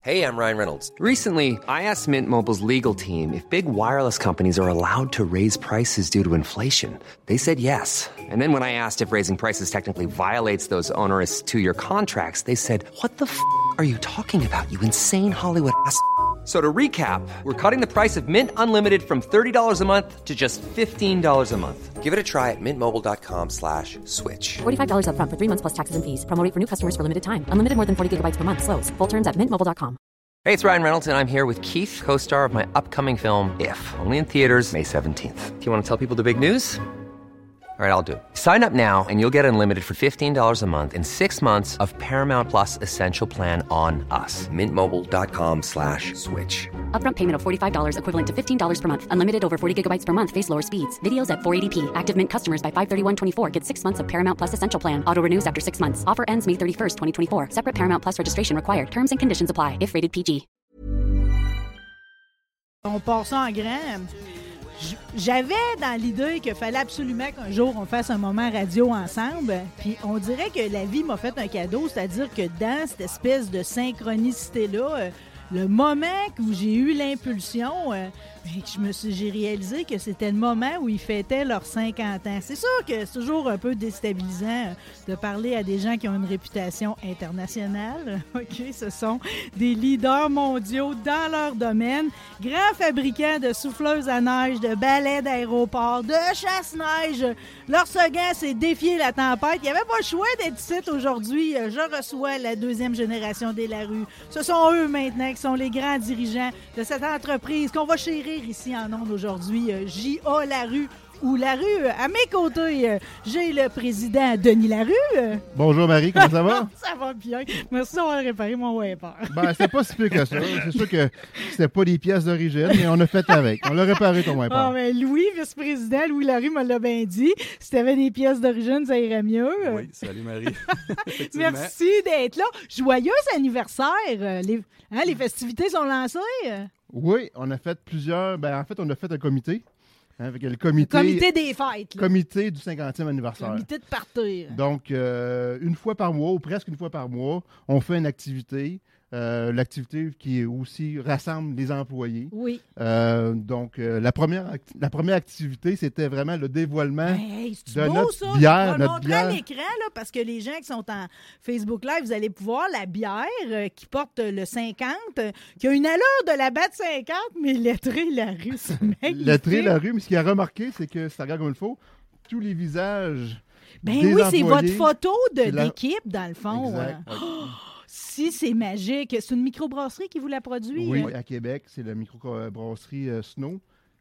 Hey, I'm Ryan Reynolds. Recently, I asked Mint Mobile's legal team if big wireless companies are allowed to raise prices due to inflation. They said yes. And then when I asked if raising prices technically violates those onerous two-year contracts, they said, "What the f*** are you talking about, you insane Hollywood ass?" So to recap, we're cutting the price of Mint Unlimited from $30 a month to just $15 a month. Give it a try at mintmobile.com/switch. $45 up front for 3 months plus taxes and fees. Promo rate for new customers for limited time. Unlimited more than 40 gigabytes per month. Slows full terms at mintmobile.com. Hey, it's Ryan Reynolds, and I'm here with Keith, co-star of my upcoming film, If, only in theaters May 17th. Do you want to tell people the big news? All right, I'll do it. Sign up now and you'll get unlimited for $15 a month and 6 months of Paramount Plus Essential Plan on us. mintmobile.com/switch. Upfront payment of $45 equivalent to $15 per month. Unlimited over 40 gigabytes per month. Face lower speeds. Videos at 480p. Active Mint customers by 531.24 get 6 months of Paramount Plus Essential Plan. Auto renews after 6 months. Offer ends May 31st, 2024. Separate Paramount Plus registration required. Terms and conditions apply if rated PG. On part ça en grand. J'avais dans l'idée qu'il fallait absolument qu'un jour on fasse un moment radio ensemble. Puis on dirait que la vie m'a fait un cadeau, c'est-à-dire que dans cette espèce de synchronicité-là, le moment où j'ai eu l'impulsion, j'ai réalisé que c'était le moment où ils fêtaient leurs 50 ans. C'est sûr que c'est toujours un peu déstabilisant de parler à des gens qui ont une réputation internationale. OK, ce sont des leaders mondiaux dans leur domaine, grands fabricants de souffleuses à neige, de balais d'aéroport, de chasse-neige. Leur slogan, c'est défier la tempête. Il n'y avait pas le choix d'être ici aujourd'hui. Je reçois la deuxième génération des Larue. Ce sont eux maintenant qui sont les grands dirigeants de cette entreprise qu'on va chérir ici en ondes aujourd'hui. J.A. Larue ou Larue. À mes côtés, j'ai le président Denis Larue. Bonjour Marie, comment ça va? Ça va bien. Merci d'avoir réparé mon wiper. Ben, c'est pas si pire que ça. C'est sûr que c'était pas des pièces d'origine, mais on a fait avec. On l'a réparé ton wiper. Ah, mais Louis, vice-président, Louis Larue me l'a bien dit. Si t'avais des pièces d'origine, ça irait mieux. Oui, salut Marie. Merci d'être là. Joyeux anniversaire. Les festivités sont lancées. Oui, on a fait plusieurs. Ben, en fait, on a fait un comité. Avec le comité des fêtes. Là. Comité du 50e anniversaire. Comité de partir. Donc, une fois par mois, ou presque une fois par mois, on fait une activité. L'activité qui aussi rassemble les employés. Oui. Donc, la première activité, c'était vraiment le dévoilement de beau, notre ça? bière. On va notre montrer bière. à l'écran, là, parce que les gens qui sont en Facebook Live, vous allez pouvoir la bière qui porte le 50, qui a une allure de la batte 50, mais lettré la rue, c'est magnifique. Lettré la rue, mais ce qu'il a remarqué, c'est que, si ça regarde comme il faut, tous les visages Ben des oui, c'est employés, votre photo c'est d'équipe, dans le fond. Exact. Oh, si, c'est magique. C'est une microbrasserie qui vous la produit? Oui, à Québec, c'est la microbrasserie Snow.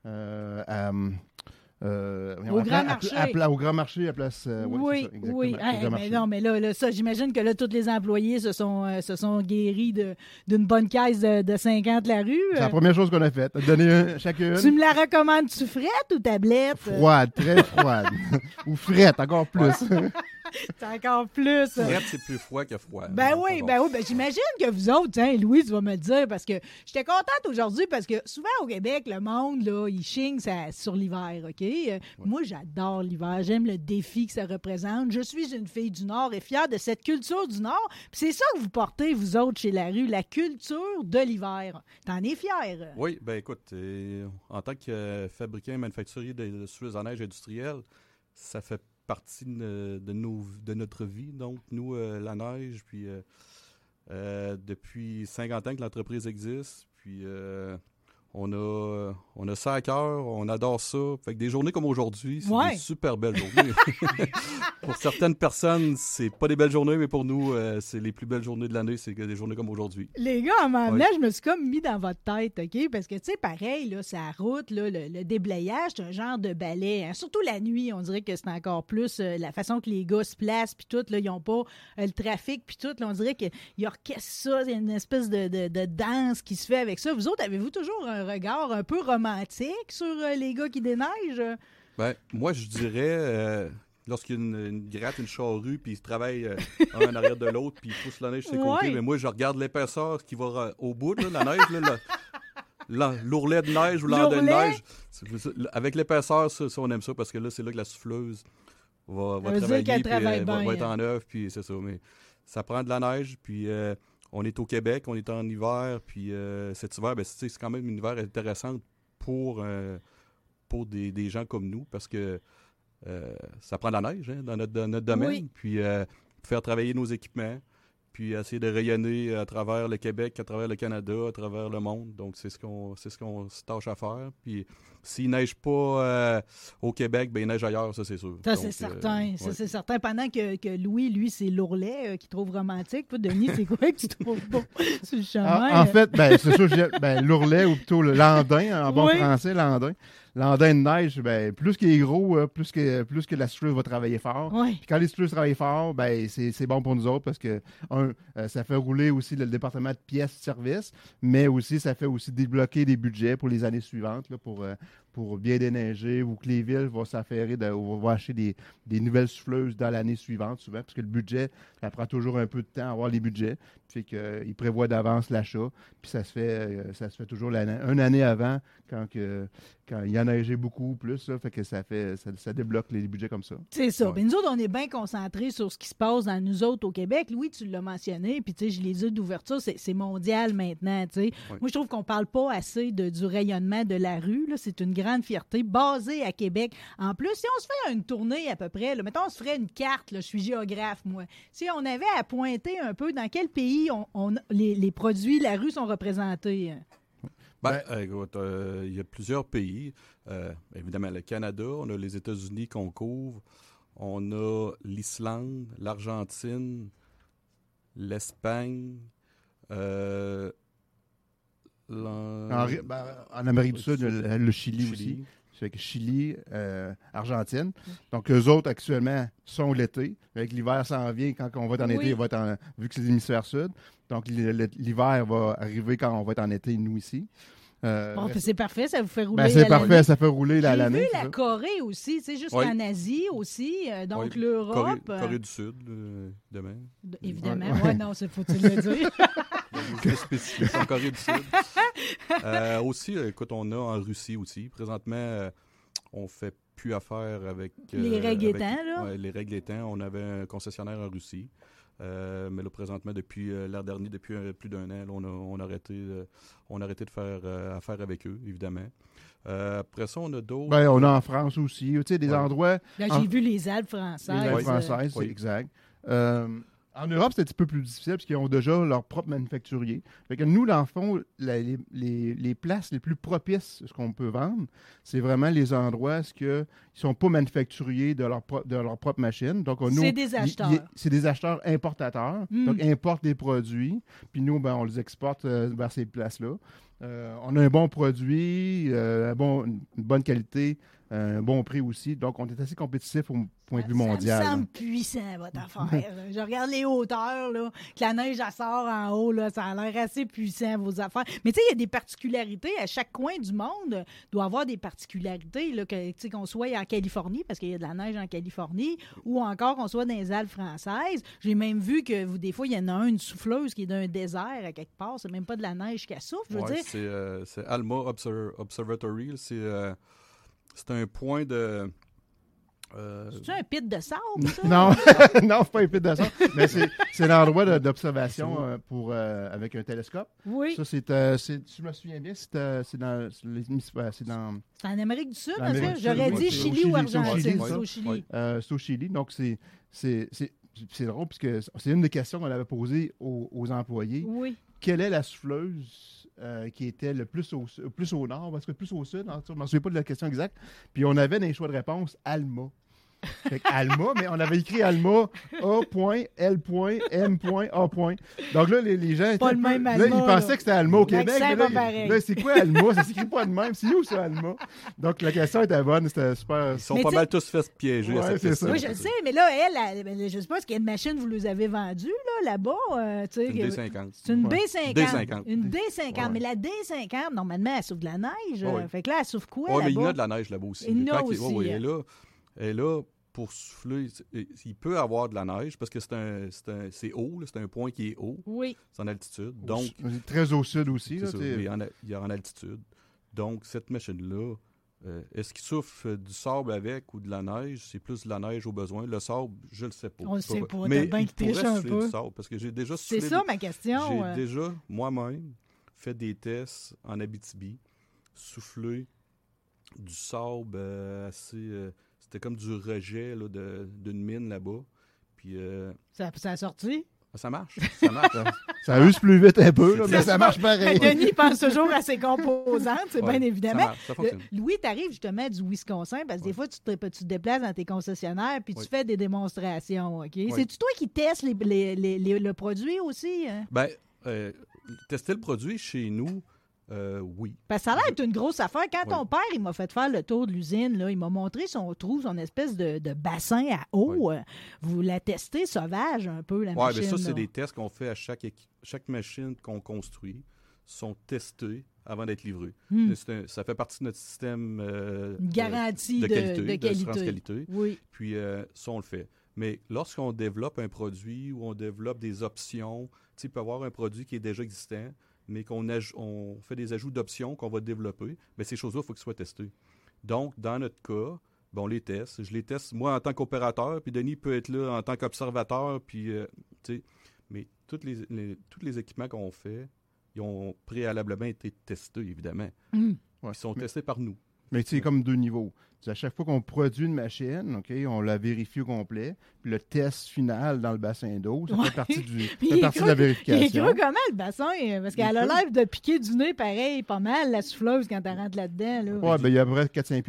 Au Grand Marché. Au Grand Marché, à place. Oui, c'est ça, oui. Mais non, mais là, ça, j'imagine que là, tous les employés se sont guéris d'une bonne caisse de 50 la rue. C'est la première chose qu'on a faite. Donner chacune. Tu me la recommandes-tu frette ou tablette? Froide, très froide. Ou frette, encore plus. C'est encore plus. Frette, c'est plus froid que froid. Ben oui. Ben, j'imagine que vous autres, hein, Louis, tu vas me le dire, parce que j'étais contente aujourd'hui, parce que souvent au Québec, le monde, là, il chigne sur l'hiver, OK? Moi, j'adore l'hiver. J'aime le défi que ça représente. Je suis une fille du Nord et fière de cette culture du Nord. Puis c'est ça que vous portez, vous autres, chez Larue, la culture de l'hiver. T'en es fière? Oui, ben écoute, en tant que fabricant et manufacturier de souffleuses à neige industrielles, ça fait partie de notre vie. Donc, nous, la neige, puis depuis 50 ans que l'entreprise existe, puis on a ça à cœur, on adore ça. Fait que des journées comme aujourd'hui, c'est des super belles journées. Pour certaines personnes, c'est pas des belles journées, mais pour nous, c'est les plus belles journées de l'année, c'est des journées comme aujourd'hui. Les gars, à un moment donné, je me suis comme mis dans votre tête, OK? Parce que, tu sais, pareil, là, sa route, là, le déblayage, c'est un genre de balai. Hein? Surtout la nuit, on dirait que c'est encore plus la façon que les gars se placent, puis tout, là, ils n'ont pas le trafic, puis tout. Là, on dirait qu'ils orchestrent ça, il y a une espèce de danse qui se fait avec ça. Vous autres, avez-vous toujours un regard un peu romantique sur les gars qui déneigent? Ben, moi, je dirais... lorsqu'il y a une gratte, une charrue, puis ils travaillent un en arrière de l'autre, puis ils poussent la neige sur ses côtés. Mais moi, je regarde l'épaisseur qui va au bout, là, la neige, l'ourlet de neige ou l'andet de neige. Avec l'épaisseur, ça, on aime ça, parce que là, c'est là que la souffleuse va travailler, puis va être en œuvre, puis c'est ça. Mais ça prend de la neige, puis on est au Québec, on est en hiver, puis cet hiver, c'est quand même un hiver intéressant pour des gens comme nous, parce que ça prend de la neige dans notre domaine, Oui. puis faire travailler nos équipements, puis essayer de rayonner à travers le Québec, à travers le Canada, à travers le monde. Donc, c'est ce qu'on se tâche à faire. Puis, s'il neige pas au Québec, il neige ailleurs, ça, c'est sûr. Ça, Donc, c'est certain. Ça, ouais. c'est certain. Pendant que Louis, lui, c'est l'ourlet qu'il trouve romantique. Toi, Denis, c'est quoi que tu trouves beau sur le chemin? En fait, c'est sûr, l'ourlet, ou plutôt le landin, en bon Oui. français, landin. Landin de neige, plus qu'il est gros, plus que la souffleuse va travailler fort. Oui. Puis quand les souffleuses travaillent fort, c'est bon pour nous autres parce que, ça fait rouler aussi le département de pièces de service, mais aussi, ça fait aussi débloquer des budgets pour les années suivantes, là, pour bien déneiger, ou que les villes vont s'affairer, vont acheter des nouvelles souffleuses dans l'année suivante, souvent, parce que le budget, ça prend toujours un peu de temps à avoir les budgets. Fait qu'ils prévoient d'avance l'achat, puis ça se fait toujours une année avant, quand il y en a neigé beaucoup plus, là, fait que ça débloque les budgets comme ça. C'est ça. Ouais. Mais nous autres, on est bien concentrés sur ce qui se passe dans nous autres au Québec. Louis, tu l'as mentionné, puis tu sais, je les ai d'ouverture, c'est mondial maintenant, tu sais. Ouais. Moi, je trouve qu'on parle pas assez du rayonnement de la rue, là. C'est une grande fierté, basée à Québec. En plus, si on se fait une tournée à peu près, là, mettons, on se ferait une carte, là, je suis géographe, moi. Si on avait à pointer un peu dans quel pays les produits, la rue sont représentés. Écoute, il y a plusieurs pays. Évidemment, le Canada, on a les États-Unis qu'on couvre, on a l'Islande, l'Argentine, l'Espagne, En Amérique du Sud, le Chili aussi. Fait que Chili, Argentine. Donc, eux autres, actuellement, sont l'été. Avec l'hiver s'en vient. Quand on va être en été, on va être vu que c'est l'hémisphère sud. Donc, l'hiver va arriver quand on va être en été, nous, ici. C'est parfait, ça vous fait rouler c'est à parfait, l'année. ça fait rouler l'année. J'ai vu c'est la ça. Corée aussi, c'est juste Oui. en Asie aussi, donc Oui. l'Europe. Corée du Sud, demain. Évidemment, non, faut-il le dire. C'est spécifique, en Corée du Sud. Aussi, écoute, on a en Russie aussi. Présentement, on fait plus affaire avec... Les règles étant, là. Ouais, les règles étant, on avait un concessionnaire en Russie. Mais là, présentement, depuis l'an dernier, depuis plus d'un an, là, on a arrêté de faire affaire avec eux, évidemment. Après ça, on a d'autres... On a en France aussi. Tu sais, des endroits... Là, j'ai vu les Alpes françaises. Les Alpes françaises, Oui. c'est exact. En Europe, c'est un petit peu plus difficile parce qu'ils ont déjà leur propre manufacturier. Fait que nous, dans le fond, les places les plus propices, ce qu'on peut vendre, c'est vraiment les endroits où ils ne sont pas manufacturiers de leur propre machine. Donc, C'est des acheteurs. C'est des acheteurs importateurs. Donc, ils importent des produits. Puis nous, on les exporte vers ces places-là. On a un bon produit, une bonne qualité, un bon prix aussi. Donc, on est assez compétitif au point de vue mondial. Ça me semble puissant, votre affaire. Je regarde les hauteurs, là, que la neige, elle sort en haut, là, ça a l'air assez puissant, vos affaires. Mais tu sais, il y a des particularités. À chaque coin du monde doit avoir des particularités, là, qu'on soit en Californie, parce qu'il y a de la neige en Californie, ou encore qu'on soit dans les Alpes françaises. J'ai même vu que des fois, il y en a une souffleuse qui est d'un désert à quelque part. C'est même pas de la neige qu'elle souffle, je veux dire. C'est Alma Observatory. C'est un point de... C'est un pit de sable, ça? Non, non, c'est pas un pit de sang. Mais c'est l'endroit d'observation avec un télescope. Oui. Ça, je me souviens bien, c'est l'hémisphère. C'est en Amérique du Sud, L'Amérique parce que du j'aurais Sud, dit oui, Chili ou Argentine. c'est au Chili. C'est au Chili. Donc, c'est drôle, parce que c'est une des questions qu'on avait posées aux employés. Oui. Quelle est la souffleuse qui était le plus au nord, parce que plus au sud, je ne me souviens pas de la question exacte. Puis on avait dans les choix de réponse Alma. Fait Alma, mais on avait écrit Alma A.L.M.A. Donc là, les gens Pas le même là, Alma, ils pensaient que c'était Alma au Québec. L'accent Mais pas là, pareil. là, c'est quoi Alma? Ça s'écrit pas de même. C'est où ça, Alma? Donc la question était bonne, c'était super. Ils sont Mais pas t'sais- mal tous fait piéger à Ouais, cette c'est question. ça. Oui, je le sais, mais là, elle, je sais pas, ce quelle machine vous les avez vendue, là-bas? C'est une D50. C'est une Ouais. B50. D50. Une D50. Ouais. Mais la D50, normalement, elle souffle de la neige. Ouais. Fait que là, elle souffle quoi, Oui, mais il y en là-bas? a de la neige là-bas aussi. Il y en a Quand aussi, oui, hein. elle est là pour souffler. Il peut avoir de la neige parce que c'est haut, là, c'est un point qui est haut, Oui. c'est en altitude. Donc, Très au sud aussi. c'est Là, ça, t'sais. il y a en altitude. Donc, cette machine-là Est-ce qu'il souffle du sable avec ou de la neige? C'est plus de la neige au besoin. Le sable, je le sais pas. On le sait pas. Mais T'as bien il qu'il triche pourrait un souffler peu. du sable, parce que j'ai déjà C'est soufflé ça ma question. J'ai déjà, moi-même, fait des tests en Abitibi, soufflé du sable assez... c'était comme du rejet là, d'une mine là-bas. Puis... Ça a sorti? Ça marche. Ça marche. Ça use plus vite un peu, là, mais ça marche pareil. Denis pense toujours à ses composantes, c'est Ouais, bien évidemment. Ça marche, ça fonctionne. Louis, tu arrives justement du Wisconsin parce que des fois, tu te déplaces dans tes concessionnaires puis tu Oui. fais des démonstrations. OK? Oui. C'est-tu toi qui testes le produit aussi? Ben, tester le produit chez nous, oui. Parce que ça a l'air d'être une grosse affaire. Quand Oui. ton père, il m'a fait faire le tour de l'usine, là, il m'a montré son trou, son espèce de bassin à eau. Oui. Vous la testez sauvage un peu, la Oui, machine. mais ça, c'est là. des tests qu'on fait à chaque machine qu'on construit sont testés avant d'être livrés. Ça fait partie de notre système Une garantie de qualité. d'assurance qualité. Oui. Puis ça, on le fait. Mais lorsqu'on développe un produit ou on développe des options, tu sais, il peut y avoir un produit qui est déjà existant, mais on fait des ajouts d'options qu'on va développer, bien, ces choses-là, il faut qu'ils soient testés. Donc, dans notre cas, ben, on les teste. Je les teste, moi, en tant qu'opérateur, puis Denis peut être là en tant qu'observateur, puis, tu sais, mais tous les équipements qu'on fait, ils ont préalablement été testés, évidemment. Ouais. Ils sont testés par nous. Mais c'est comme deux niveaux. À chaque fois qu'on produit une machine, OK, on la vérifie au complet. Puis le test final dans le bassin d'eau, ça fait partie, fait partie de la Il est vérification. gros comment le bassin? Parce qu'elle a Il est l'air de piquer du nez pareil, pas mal, la souffleuse quand elle rentre là-dedans. Là. Oui, ben, il y a à peu près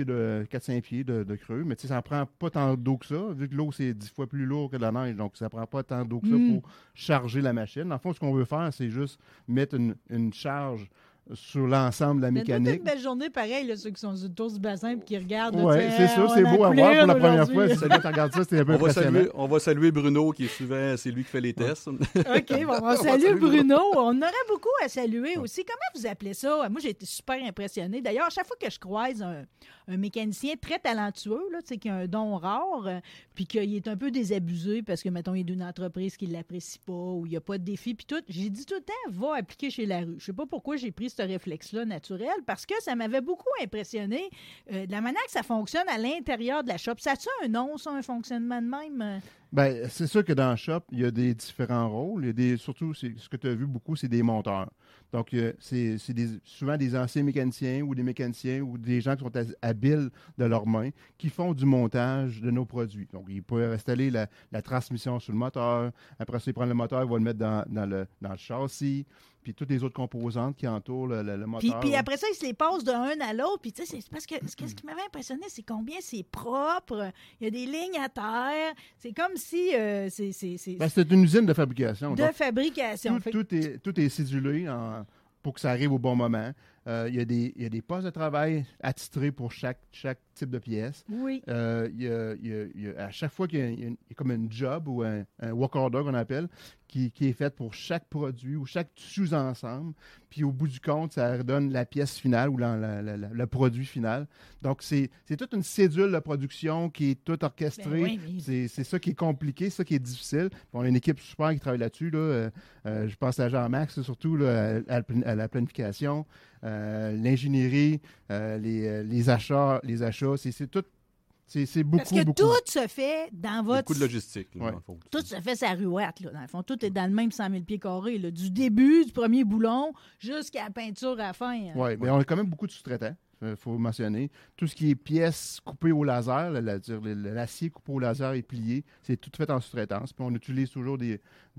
4-5 pieds de creux, mais ça ne prend pas tant d'eau que ça, vu que l'eau, c'est 10 fois plus lourd que de la neige, donc ça ne prend pas tant d'eau que ça pour charger la machine. En fond, ce qu'on veut faire, c'est juste mettre une charge sur l'ensemble de la Mais mécanique. une belle journée pareil, là, ceux qui sont sur le tour du bassin et qui regardent. Oui, c'est ça, c'est beau à voir pour la première fois. Si tu regardes ça, c'était un peu impressionnant. On va saluer Bruno, qui est souvent, c'est lui qui fait les tests. OK, bon, on salue Bruno. On aurait beaucoup à saluer aussi. Comment vous appelez ça? Moi, j'ai été super impressionnée. D'ailleurs, à chaque fois que je croise un mécanicien très talentueux, là, qui a un don rare, puis qu'il est un peu désabusé parce que, mettons, il est d'une entreprise qui ne l'apprécie pas ou il n'y a pas de défi, puis tout, j'ai dit tout le temps, va appliquer chez la rue. Je sais pas pourquoi j'ai pris ce réflexe-là naturel, parce que ça m'avait beaucoup impressionné de la manière que ça fonctionne à l'intérieur de la shop. Ça a-tu un nom, ça, un fonctionnement de même? Ben, c'est sûr que dans le shop, il y a des différents rôles. Il y a surtout, ce que tu as vu beaucoup, c'est des monteurs. Donc, c'est souvent des anciens mécaniciens ou des mécaniciens ou des gens qui sont habiles de leurs mains qui font du montage de nos produits. Donc, ils peuvent installer la transmission sur le moteur. Après ça, ils prennent le moteur, ils vont le mettre dans le châssis. Puis toutes les autres composantes qui entourent le moteur. Puis après ça, ils se les passent d'un à l'autre. Puis tu sais, c'est parce que ce qui m'avait impressionné, c'est combien c'est propre. Il y a des lignes à terre. C'est comme si c'est une usine de fabrication. De fabrication. Tout est cédulé pour que ça arrive au bon moment. Il y a des postes de travail attitrés pour chaque type de pièce. Oui. À chaque fois qu'il y a comme un job ou un work order qu'on appelle, qui est fait pour chaque produit ou chaque sous-ensemble. Puis au bout du compte, ça redonne la pièce finale ou le produit final. Donc, c'est toute une cédule de production qui est toute orchestrée. Ben oui, C'est ça qui est compliqué, ça qui est difficile. Puis on a une équipe super qui travaille là-dessus. Là. Je pense à Jean-Max, surtout là, à la planification, l'ingénierie, les achats. C'est tout. C'est beaucoup, Parce que beaucoup. tout se fait dans votre... Beaucoup de logistique. Là, Ouais. dans le fond. Tout se fait sa ruette, là, dans le fond. Tout est dans le même 100 000 pieds carrés, là, du début, du premier boulon, jusqu'à la peinture à la fin. Hein. Oui, mais on a quand même beaucoup de sous-traitants, il faut mentionner. Tout ce qui est pièces coupées au laser, l'acier coupé au laser et plié, c'est tout fait en sous-traitance. Puis on utilise toujours des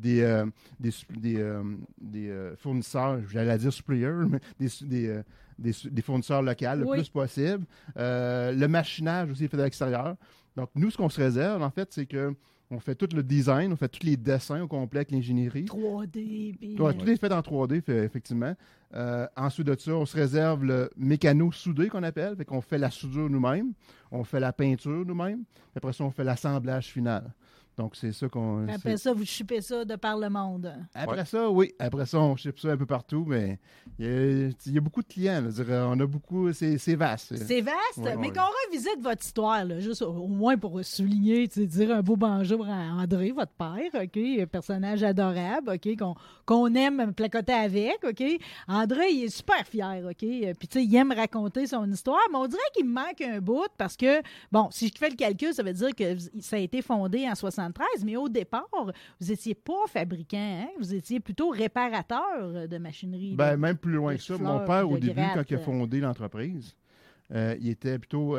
fournisseurs, j'allais dire suppliers, mais des fournisseurs locaux le plus possible. Le machinage aussi est fait à l'extérieur. Donc, nous, ce qu'on se réserve, en fait, c'est que on fait tout le design, on fait tous les dessins au complet avec l'ingénierie. 3D. Puis... Ouais, tout est fait en 3D, effectivement. Ensuite de ça, on se réserve le mécano-soudé qu'on appelle. Fait qu'on fait la soudure nous-mêmes. On fait la peinture nous-mêmes. Après ça, on fait l'assemblage final. Donc, c'est ça qu'on... Après ça, vous chipez ça de par le monde. Après ça, oui. Après ça, on chippe ça un peu partout, mais il y a beaucoup de clients. Là. Je dirais, on a beaucoup... C'est vaste. C'est vaste, Ouais, mais ouais. qu'on revisite votre histoire, là, juste au moins pour souligner, dire un beau bonjour à André, votre père, OK? Personnage adorable, OK? Qu'on aime placoter avec, OK? André, il est super fier, OK? Puis, tu sais, il aime raconter son histoire, mais on dirait qu'il me manque un bout parce que, bon, si je fais le calcul, ça veut dire que ça a été fondé en 73, mais au départ, vous n'étiez pas fabricant, hein? Vous étiez plutôt réparateur de machinerie. Ben, là. même plus loin de que ça. fleurs, Mon père, de au début, gratte. quand il a fondé l'entreprise, il était plutôt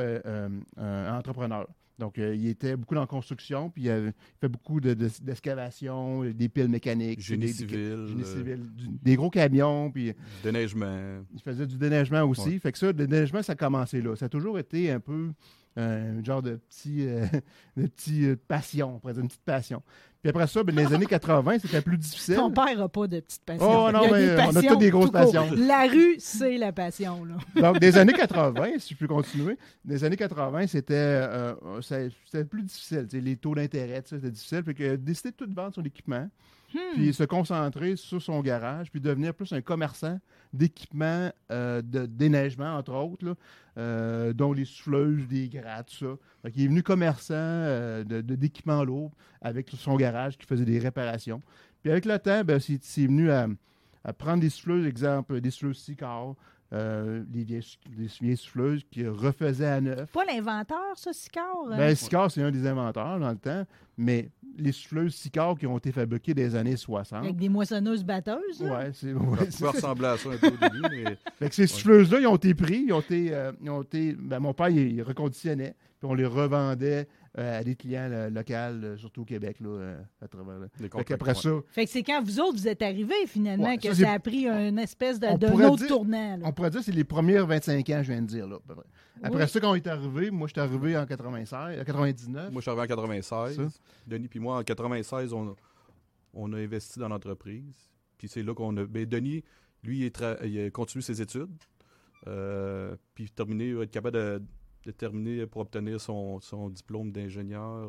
un entrepreneur. Donc, il était beaucoup dans la construction, puis il fait beaucoup d'excavation, des piles mécaniques. Génie civil. Génie civil, des gros camions, puis Déneigement. il faisait du déneigement aussi. Ouais. Fait que ça, le déneigement, ça a commencé là. Ça a toujours été un peu un genre de petit passion, on pourrait dire une petite passion. Puis après ça, ben, dans les années 80, c'était plus difficile. Ton père n'a pas de petite passion. Oh non, Il a mais des on a passions tous des grosses tout court. passions. La rue, c'est la passion. Là. Donc, des années 80, si je peux continuer, des années 80, c'était plus difficile. Tu sais, les taux d'intérêt, c'était difficile. Fait qu'il a décidé de tout vendre son équipement, puis se concentrer sur son garage, puis devenir plus un commerçant d'équipements de déneigement, entre autres, là, dont les souffleuses, des grattes, tout ça. Fait qu'il est venu commerçant d'équipements lourds avec son garage qui faisait des réparations. Puis avec le temps, ben, c'est venu à prendre des souffleuses, exemple, des souffleuses Sicard, des vieilles souffleuses qui refaisaient à neuf. Pas l'inventeur, ça, Sicard? Ben, Sicard, c'est un des inventeurs dans le temps, mais les souffleuses Sicard qui ont été fabriquées des années 60. Avec des moissonneuses batteuses? là? Ouais, c'est Ça pouvait ressembler à ça un peu au début, mais Fait que ces souffleuses-là, ils ont été pris, ils ont été ben, mon père, il reconditionnait, puis on les revendait à des clients locaux, surtout au Québec, là, à travers. les Fait qu'après ça, Fait que c'est quand vous autres, vous êtes arrivés, finalement, Ouais, que ça, ça c'est- a pris une espèce On d'un pourrait autre dire- tournant. Là. on pourrait dire que c'est les premières 25 ans, je viens de dire. Là, à peu près. Après Oui. ça, quand on est arrivé, moi, je suis arrivé en 99. moi, je suis arrivé en 96. Ça. Denis puis moi, en 96, on a investi dans l'entreprise. Puis c'est là qu'on a... Ben, Denis, lui, il a continué ses études. Puis il va être capable de terminer pour obtenir son diplôme d'ingénieur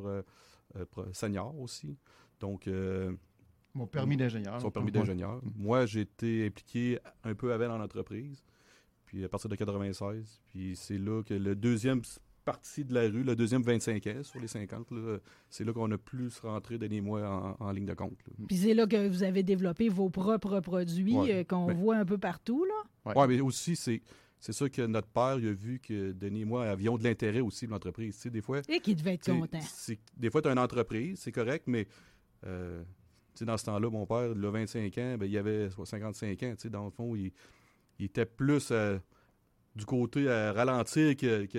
senior aussi. Donc, Mon permis d'ingénieur. son permis d'ingénieur. Moi, j'ai été impliqué un peu avant dans l'entreprise. Puis à partir de 96. Puis c'est là que le deuxième partie de la rue, le deuxième 25 ans sur les 50, là, c'est là qu'on a plus rentré, Denis et moi, en ligne de compte. Là. Puis c'est là que vous avez développé vos propres produits Ouais. qu'on Mais- voit un peu partout. Là. Ouais. Ouais, mais aussi, c'est sûr que notre père, il a vu que Denis et moi avions de l'intérêt aussi pour l'entreprise. Tu sais, des fois, Et qui devait être tu sais, content. des fois, tu as une entreprise, c'est correct, mais tu sais, dans ce temps-là, mon père, il a 25 ans, ben, il avait 55 ans. Tu sais, dans le fond, il était plus du côté à ralentir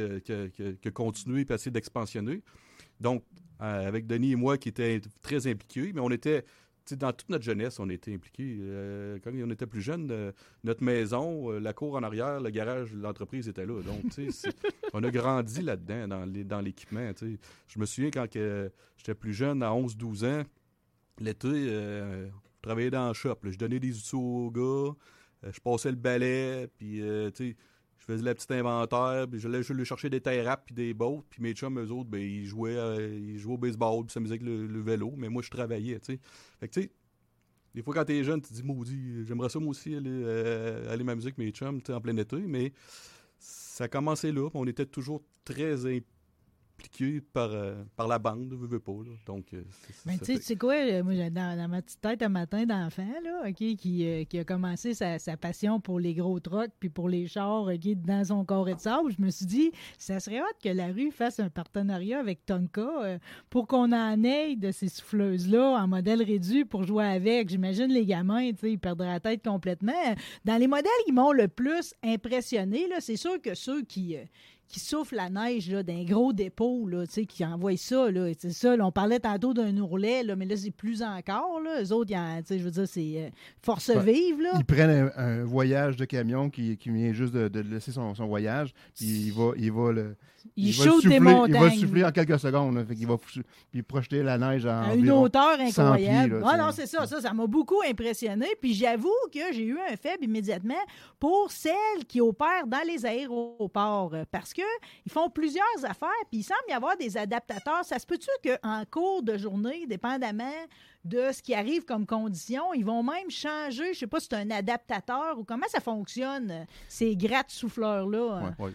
que continuer et essayer d'expansionner. Donc, avec Denis et moi qui étaient très impliqués, mais on était, tu sais, dans toute notre jeunesse, on était impliqués. Quand on était plus jeunes, notre maison, la cour en arrière, le garage, l'entreprise était là. Donc, tu sais, on a grandi là-dedans, dans l'équipement. Tu sais. Je me souviens quand j'étais plus jeune, à 11-12 ans, l'été, je travaillais dans le shop. Là. Je donnais des outils aux gars, je passais le balai, puis, tu sais, je faisais le petit inventaire, puis j'allais juste chercher des tie wraps puis des bottes, puis mes chums, eux autres, ben, ils jouaient au baseball, puis s'amusaient avec le vélo, mais moi, je travaillais, tu sais. Fait que, tu sais, des fois, quand t'es jeune, tu te dis, maudit, j'aimerais ça, moi aussi, aller m'amuser avec mes chums, tu sais, en plein été, mais ça a commencé là, puis on était toujours très impliqués par la bande, veux pas, là. Donc, Ben, tu sais quoi, moi, dans ma petite tête un matin d'enfant, là, OK, qui a commencé sa passion pour les gros trucks puis pour les chars, OK, dans son carré de sable, je me suis dit, ça serait hâte que la rue fasse un partenariat avec Tonka pour qu'on en ait de ces souffleuses-là en modèle réduit pour jouer avec. J'imagine les gamins, tu sais, ils perdraient la tête complètement. Dans les modèles qui m'ont le plus impressionné, là, c'est sûr que ceux qui soufflent la neige là, d'un gros dépôt, là, qui envoient ça. Là, c'est ça là, on parlait tantôt d'un ourlet, là, mais là, c'est plus encore. Là. Eux autres, je veux dire, c'est force vive. Là. Ils prennent un voyage de camion qui vient juste de laisser son voyage, puis il va le shootent des il montagnes. va le souffler en quelques secondes. Là, fait qu'il va puis projeter la neige à une environ hauteur 100 incroyable. pieds, là, Non, c'est ça. Ça m'a beaucoup impressionné. Puis j'avoue que j'ai eu un faible immédiatement pour celles qui opèrent dans les aéroports. Parce qu'ils font plusieurs affaires, puis il semble y avoir des adaptateurs. Ça se peut-tu qu'en cours de journée, dépendamment de ce qui arrive comme condition, ils vont même changer, je ne sais pas si c'est un adaptateur ou comment ça fonctionne, ces gratte-souffleurs-là? Ouais.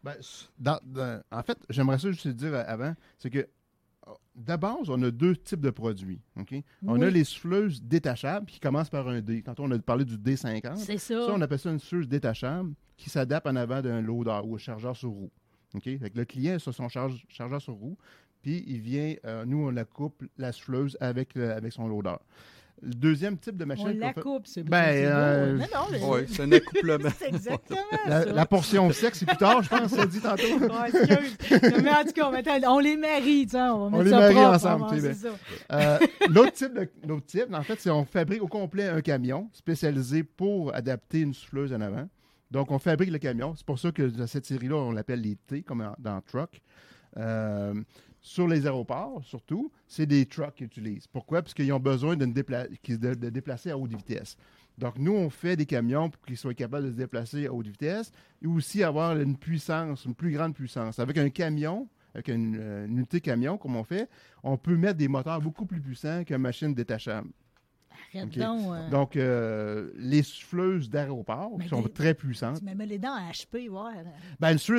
En fait, j'aimerais ça juste te dire avant, c'est que de base, on a 2 types de produits. Okay? On a les souffleuses détachables qui commencent par un D. Tantôt, on a parlé du D50. C'est ça. Ça, on appelle ça une souffleuse détachable qui s'adapte en avant d'un loader ou un chargeur sur roue. Okay? Fait que le client a son chargeur sur roue, puis il vient, nous, on la coupe, la souffleuse, avec son loader. Le deuxième type de machine... On la coupe, c'est beau. Oui, c'est un accouplement. C'est exactement ça. La portion sexe, c'est plus tard, je pense, ça dit tantôt. Mais en tout cas, on les marie, tu sais, on les ça marie propre, ensemble. c'est ça. L'autre type, en fait, c'est on fabrique au complet un camion spécialisé pour adapter une souffleuse en avant. Donc, on fabrique le camion. C'est pour ça que dans cette série-là, on l'appelle les T, comme dans Truck. Sur les aéroports, surtout, c'est des trucks qu'ils utilisent. Pourquoi? Parce qu'ils ont besoin de déplacer à haute vitesse. Donc, nous, on fait des camions pour qu'ils soient capables de se déplacer à haute vitesse et aussi avoir une plus grande puissance. Avec un camion, avec une unité camion, comme on fait, on peut mettre des moteurs beaucoup plus puissants qu'une machine détachable. Arrête donc. Les souffleuses d'aéroport qui sont très puissantes. Tu me mets les dents à HP, ouais. Une souffleuse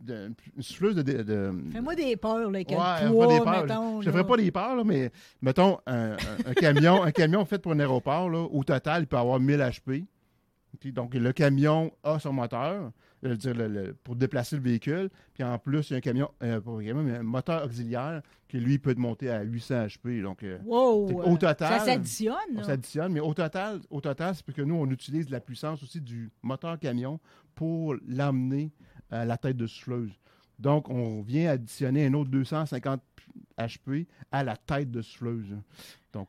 Fais-moi des peurs, là, avec le poids, mettons. Je ne ferai pas des peurs, là, mais mettons, un camion fait pour un aéroport, là, au total, il peut avoir 1000 HP. Okay? Donc, le camion a son moteur, pour déplacer le véhicule. Puis en plus, il y a un moteur auxiliaire qui, lui, peut monter à 800 HP. Donc, au total, ça s'additionne. On s'additionne, mais au total, c'est parce que nous, on utilise la puissance aussi du moteur camion pour l'emmener à la tête de souffleuse. Donc, on vient additionner un autre 250 HP à la tête de souffleuse. Donc,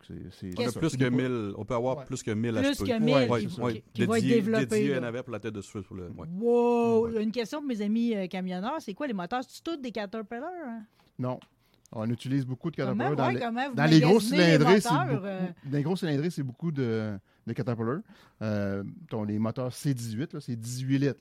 on peut avoir plus que 1000 HP. Plus que 1000 qui va être développé. Dédié en avant pour la tête de souffleuse. Wow! Une question pour mes amis camionneurs, c'est quoi les moteurs? C'est-tu tous des Caterpillar? Hein? Non. On utilise beaucoup de Caterpillar. Dans les gros cylindrés, c'est beaucoup de Caterpillar. Les moteurs C18, là, c'est 18 litres.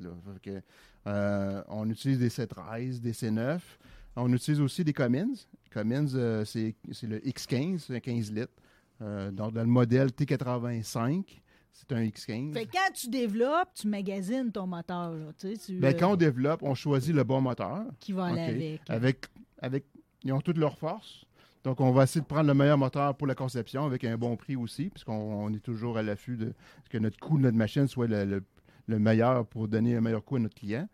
Là. On utilise des C13, des C9. On utilise aussi des Cummins. Cummins, c'est le X15, c'est un 15 litres. Donc, dans le modèle T85, c'est un X15. Fait que quand tu développes, tu magasines ton moteur. Là, quand on développe, on choisit le bon moteur. Qui va aller avec. Ils ont toutes leurs forces. Donc, on va essayer de prendre le meilleur moteur pour la conception avec un bon prix aussi, puisqu'on est toujours à l'affût de que notre coût de notre machine soit le meilleur pour donner un meilleur coût à notre client.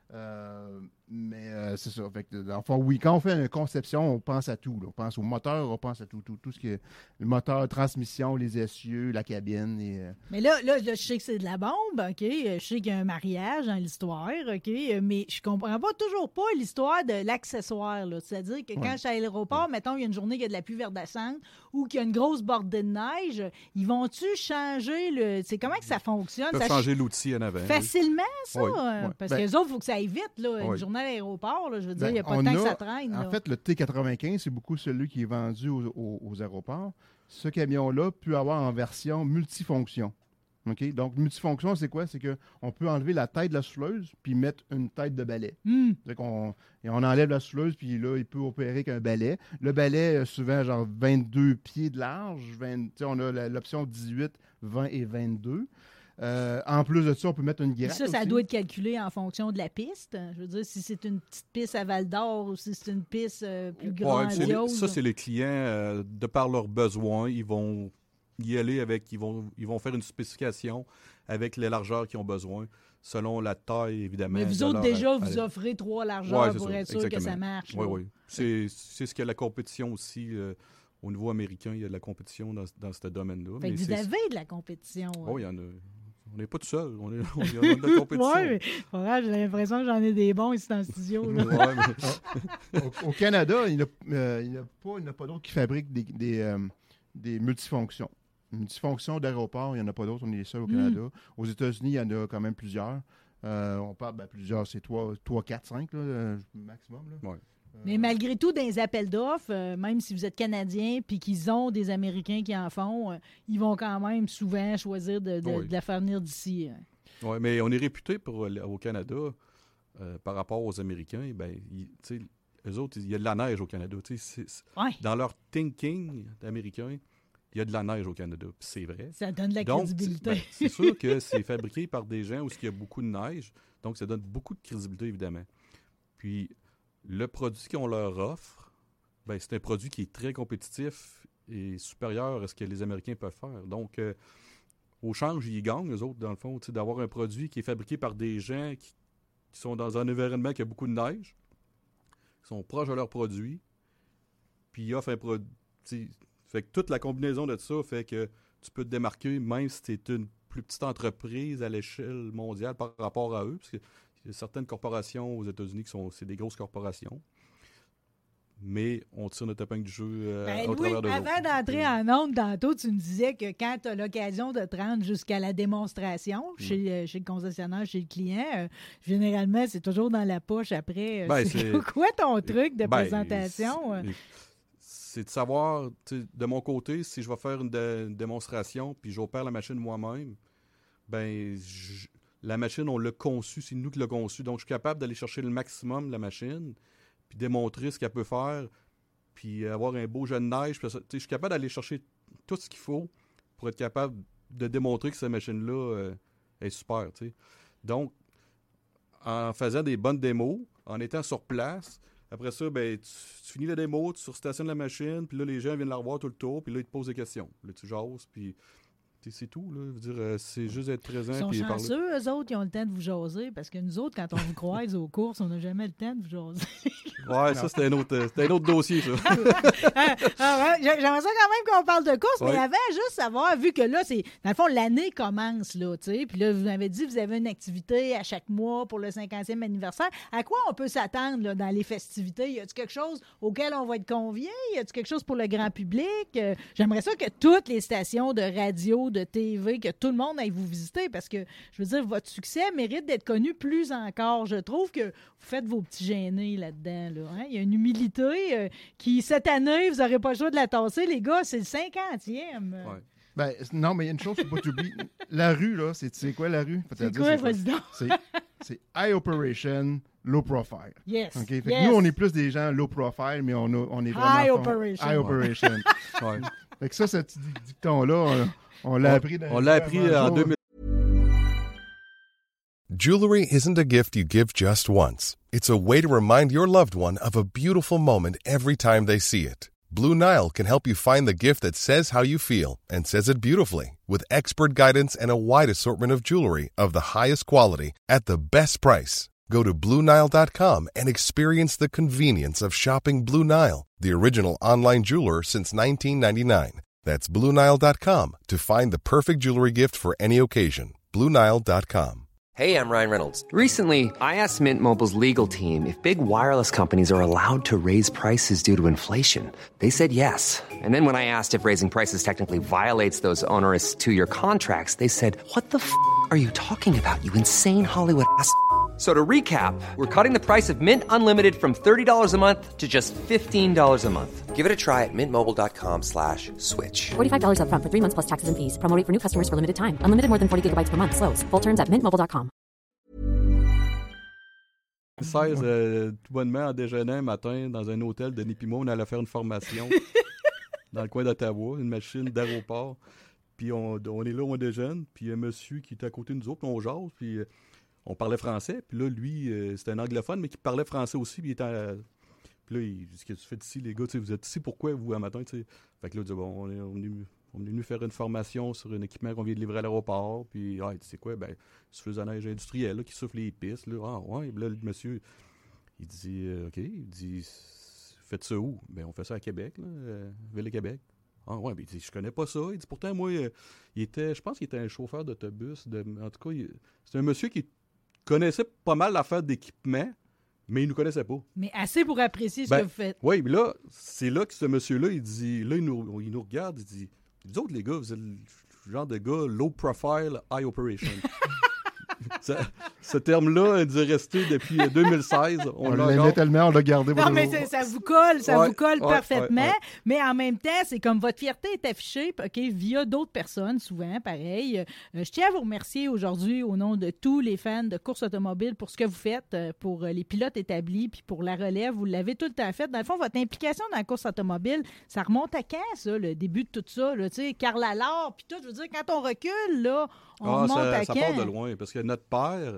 C'est ça. Fait que, enfin, oui, quand on fait une conception, on pense à tout. Là. On pense au moteur, on pense à tout ce qui est le moteur, transmission, les essieux, la cabine. Mais là, je sais que c'est de la bombe, OK? Je sais qu'il y a un mariage dans l'histoire, OK? Mais je comprends toujours pas l'histoire de l'accessoire. Là. C'est-à-dire que quand je suis à l'aéroport, mettons, il y a une journée qu'il y a de la pluie verdascente ou qu'il y a une grosse bordée de neige, ils vont-tu changer c'est comment que ça fonctionne? Ils peuvent changer l'outil en avant. Facilement, ça? Oui. Parce que les autres, il faut que ça aille vite, là. Une journée à l'aéroport, là, je veux dire, il n'y a pas de temps que ça traîne. En fait, le T95, c'est beaucoup celui qui est vendu aux aéroports. Ce camion-là peut avoir en version multifonction. Okay? Donc, multifonction, c'est quoi? C'est qu'on peut enlever la tête de la souffleuse puis mettre une tête de balai. On enlève la souffleuse puis là, il peut opérer avec un balai. Le balai, souvent, genre 22 pieds de large. On a l'option 18, 20 et 22. En plus de ça, on peut mettre une gratte. Ça doit être calculé en fonction de la piste. Je veux dire, si c'est une petite piste à Val-d'Or ou si c'est une piste plus grandiose. Ça, c'est les clients, de par leurs besoins, ils vont y aller avec, ils vont faire une spécification avec les largeurs qu'ils ont besoin, selon la taille, évidemment. Mais vous autres, déjà, vous offrez 3 largeurs pour être sûr que ça marche. Oui. C'est ce que la compétition aussi... au niveau américain, il y a de la compétition dans ce domaine-là. Fait que vous avez de la compétition. Oui, il y en a. On n'est pas tout seul. On a de la compétition. Oui, j'ai l'impression que j'en ai des bons ici dans le studio. Au Canada, il n'y a pas d'autres qui fabriquent des multifonctions. Multifonctions d'aéroport, il n'y en a pas d'autres. On est les seuls au Canada. Aux États-Unis, il y en a quand même plusieurs. On parle plusieurs, c'est 3, 4, 5 là, maximum. Oui. Mais malgré tout, dans les appels d'offres, même si vous êtes Canadien puis qu'ils ont des Américains qui en font, ils vont quand même souvent choisir de la faire venir d'ici. Oui, mais on est réputé au Canada par rapport aux Américains, ben, eux autres, il y a de la neige au Canada. Dans leur thinking américain, il y a de la neige au Canada. Puis c'est vrai. Ça donne de la crédibilité. Ben, c'est sûr que c'est fabriqué par des gens où il y a beaucoup de neige. Donc, ça donne beaucoup de crédibilité, évidemment. Puis, le produit qu'on leur offre, ben, c'est un produit qui est très compétitif et supérieur à ce que les Américains peuvent faire. Donc, au change, ils gagnent, eux autres, dans le fond, d'avoir un produit qui est fabriqué par des gens qui sont dans un environnement qui a beaucoup de neige, qui sont proches de leurs produits, puis ils offrent un produit. Fait que toute la combinaison de ça fait que tu peux te démarquer, même si tu es une plus petite entreprise à l'échelle mondiale par rapport à eux, parce qu'il y a certaines corporations aux États-Unis c'est des grosses corporations. Mais on tire notre épingle du jeu au travers de l'autre. Avant d'entrer en onde, tantôt, tu me disais que quand tu as l'occasion de te rendre jusqu'à la démonstration chez le concessionnaire, chez le client, généralement, c'est toujours dans la poche après. C'est quoi ton truc de présentation? C'est de savoir, de mon côté, si je vais faire une démonstration puis j'opère la machine moi-même, ben la machine, on l'a conçue, c'est nous qui l'a conçue. Donc, je suis capable d'aller chercher le maximum de la machine puis démontrer ce qu'elle peut faire, puis avoir un beau jet de neige. Je suis capable d'aller chercher tout ce qu'il faut pour être capable de démontrer que cette machine-là est super. T'sais. Donc, en faisant des bonnes démos, en étant sur place, après ça, ben, tu finis la démo, tu surstationnes la machine, puis là, les gens viennent la revoir tout le tour, puis là, ils te posent des questions. Là, tu jases, puis c'est tout. Là. Je veux dire, c'est juste être présent. Ils sont chanceux, eux autres, ils ont le temps de vous jaser, parce que nous autres, quand on vous croise aux courses, on n'a jamais le temps de vous jaser. Ouais, ça, c'était un autre dossier, ça. J'aimerais ça quand même qu'on parle de course, ouais. Mais avant, juste savoir, vu que là, dans le fond, l'année commence, là, tu sais, puis là, vous m'avez dit, vous avez une activité à chaque mois pour le 50e anniversaire. À quoi on peut s'attendre, là, dans les festivités? Y a-t-il quelque chose auquel on va être conviés? Y a-t-il quelque chose pour le grand public? J'aimerais ça que toutes les stations de radio, de TV, que tout le monde aille vous visiter, parce que, je veux dire, votre succès mérite d'être connu plus encore. Je trouve que vous faites vos petits gênés là-dedans, là. Hein? Il y a une humilité qui, cette année, vous n'aurez pas le choix de la tasser, les gars, c'est le 50e. Ouais. Ben, non, mais il y a une chose qu'il ne faut pas t'oublier. La rue, là, c'est quoi la rue? C'est quoi, président? C'est high operation, low profile. Yes. Okay? Fait que nous, on est plus des gens low profile, mais on est vraiment... High operation. High operation. Ouais. Fait que ça, ce petit dicton-là, on l'a appris On l'a appris en 2000. Jewelry isn't a gift you give just once. It's a way to remind your loved one of a beautiful moment every time they see it. Blue Nile can help you find the gift that says how you feel and says it beautifully, with expert guidance and a wide assortment of jewelry of the highest quality at the best price. Go to BlueNile.com and experience the convenience of shopping Blue Nile, the original online jeweler since 1999. That's BlueNile.com to find the perfect jewelry gift for any occasion. BlueNile.com. Hey, I'm Ryan Reynolds. Recently, I asked Mint Mobile's legal team if big wireless companies are allowed to raise prices due to inflation. They said yes. And then when I asked if raising prices technically violates those onerous two-year contracts, they said, "What the f*** are you talking about, you insane Hollywood ass?" So to recap, we're cutting the price of Mint Unlimited from $30 a month to just $15 a month. Give it a try at mintmobile.com/switch. $45 up front for 3 months plus taxes and fees. Promo rate for new customers for limited time. Unlimited more than 40 gigabytes per month. Slows full terms at mintmobile.com. 16, tout bonnement, en déjeunant un matin, dans un hôtel de Nipimo, on allait faire une formation dans le coin d'Ottawa, une machine d'aéroport. Puis on est là, on déjeune, puis il y a un monsieur qui était à côté de nous autres, puis on jase, puis on parlait français. Puis là, lui, c'était un anglophone, mais qui parlait français aussi, puis il était... Puis là, il dit, ce que tu fais ici, les gars, vous êtes ici, pourquoi, vous, un matin, tu sais? Fait que là, il dit, bon, on est venu faire une formation sur un équipement qu'on vient de livrer à l'aéroport, puis, tu sais quoi, ben, souffleuse à neige industrielle, là, qui souffle les pistes, là, ouais, puis là, le monsieur, il dit, OK, il dit, faites ça où? Ben, on fait ça à Québec, là, Ville de Québec. Ah ouais, mais il dit, je connais pas ça. Il dit, pourtant, moi, je pense qu'il était un chauffeur d'autobus, en tout cas, c'est un monsieur qui connaissait pas mal l'affaire d'équipement, mais il nous connaissait pas. Mais assez pour apprécier ce que vous faites. Oui, mais là, c'est là que ce monsieur-là, il dit, là, il nous regarde, il dit, vous autres, les gars, vous êtes le genre de gars low profile, high operation. Ce terme-là a dû rester depuis 2016. On l'aimait tellement, on l'a gardé pour Non, mais toujours. ça vous colle, vous colle ouais, parfaitement. ouais. Mais en même temps, c'est comme votre fierté est affichée, OK, via d'autres personnes, souvent, pareil. Je tiens à vous remercier aujourd'hui au nom de tous les fans de course automobile pour ce que vous faites, pour les pilotes établis, puis pour la relève. Vous l'avez tout le temps fait. Dans le fond, votre implication dans la course automobile, ça remonte à quand, ça, le début de tout ça? Tu sais, Karl Allard, puis tout, je veux dire, quand on recule, là, on remonte à ça quand? part de loin, parce que notre père,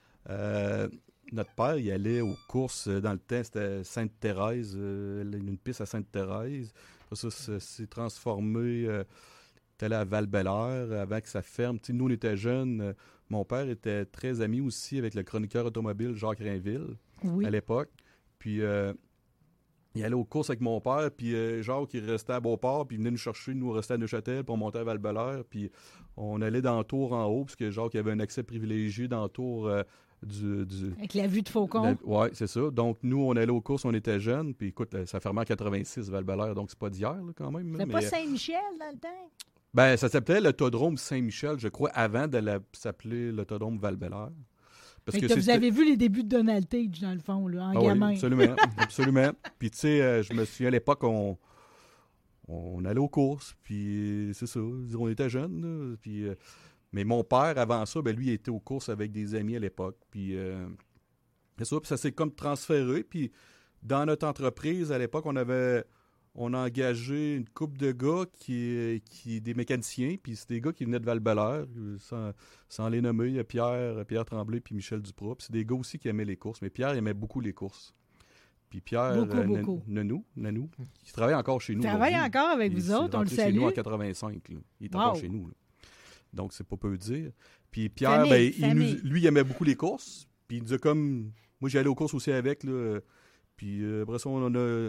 il allait aux courses dans le temps, c'était Sainte-Thérèse, une piste à Sainte-Thérèse. Après ça s'est transformé, il allé à Val-Bélair avant que ça ferme. Tu sais, nous, on était jeunes. Mon père était très ami aussi avec le chroniqueur automobile Jacques Rainville à l'époque. Puis il allait aux courses avec mon père, puis Jacques, il restait à Beauport, puis il venait nous chercher, nous, on restait à Neuchâtel, puis on montait à Val-Bélair, puis on allait dans le tour en haut, parce que Jacques avait un accès privilégié dans le tour du... Avec la vue de Faucon. Oui, c'est ça. Donc, nous, on allait aux courses, on était jeunes, puis écoute, ça fermait en 86, Val-Bélair, donc c'est pas d'hier, là, quand même. C'était pas Saint-Michel dans le temps? Ben, ça s'appelait l'autodrome Saint-Michel, je crois, avant de s'appeler l'autodrome Val-Bélair. Parce que vous avez vu les débuts de Donald Tage, dans le fond, là, en gamin. Oui, absolument, absolument. Puis, tu sais, je me souviens, à l'époque, on allait aux courses, puis c'est ça, on était jeunes, là, puis... mais mon père, avant ça, ben, lui, il était aux courses avec des amis à l'époque, puis c'est ça, puis ça s'est comme transféré, puis dans notre entreprise, à l'époque, on a engagé une couple de gars qui des mécaniciens, puis c'est des gars qui venaient de Val-Bélair, sans les nommer, il y a Pierre Tremblay puis Michel Duprat, puis c'est des gars aussi qui aimaient les courses, mais Pierre aimait beaucoup les courses. Puis Pierre beaucoup. Nanou, qui travaille encore chez nous. Il travaille encore avec vous autres, on le salue. Il est chez nous en 85, là. Il est encore chez nous, là. Donc, c'est pas peu dire. Puis Pierre, famille. Lui, il aimait beaucoup les courses, puis il nous a comme... Moi, j'allais aux courses aussi avec, là. Puis après ça,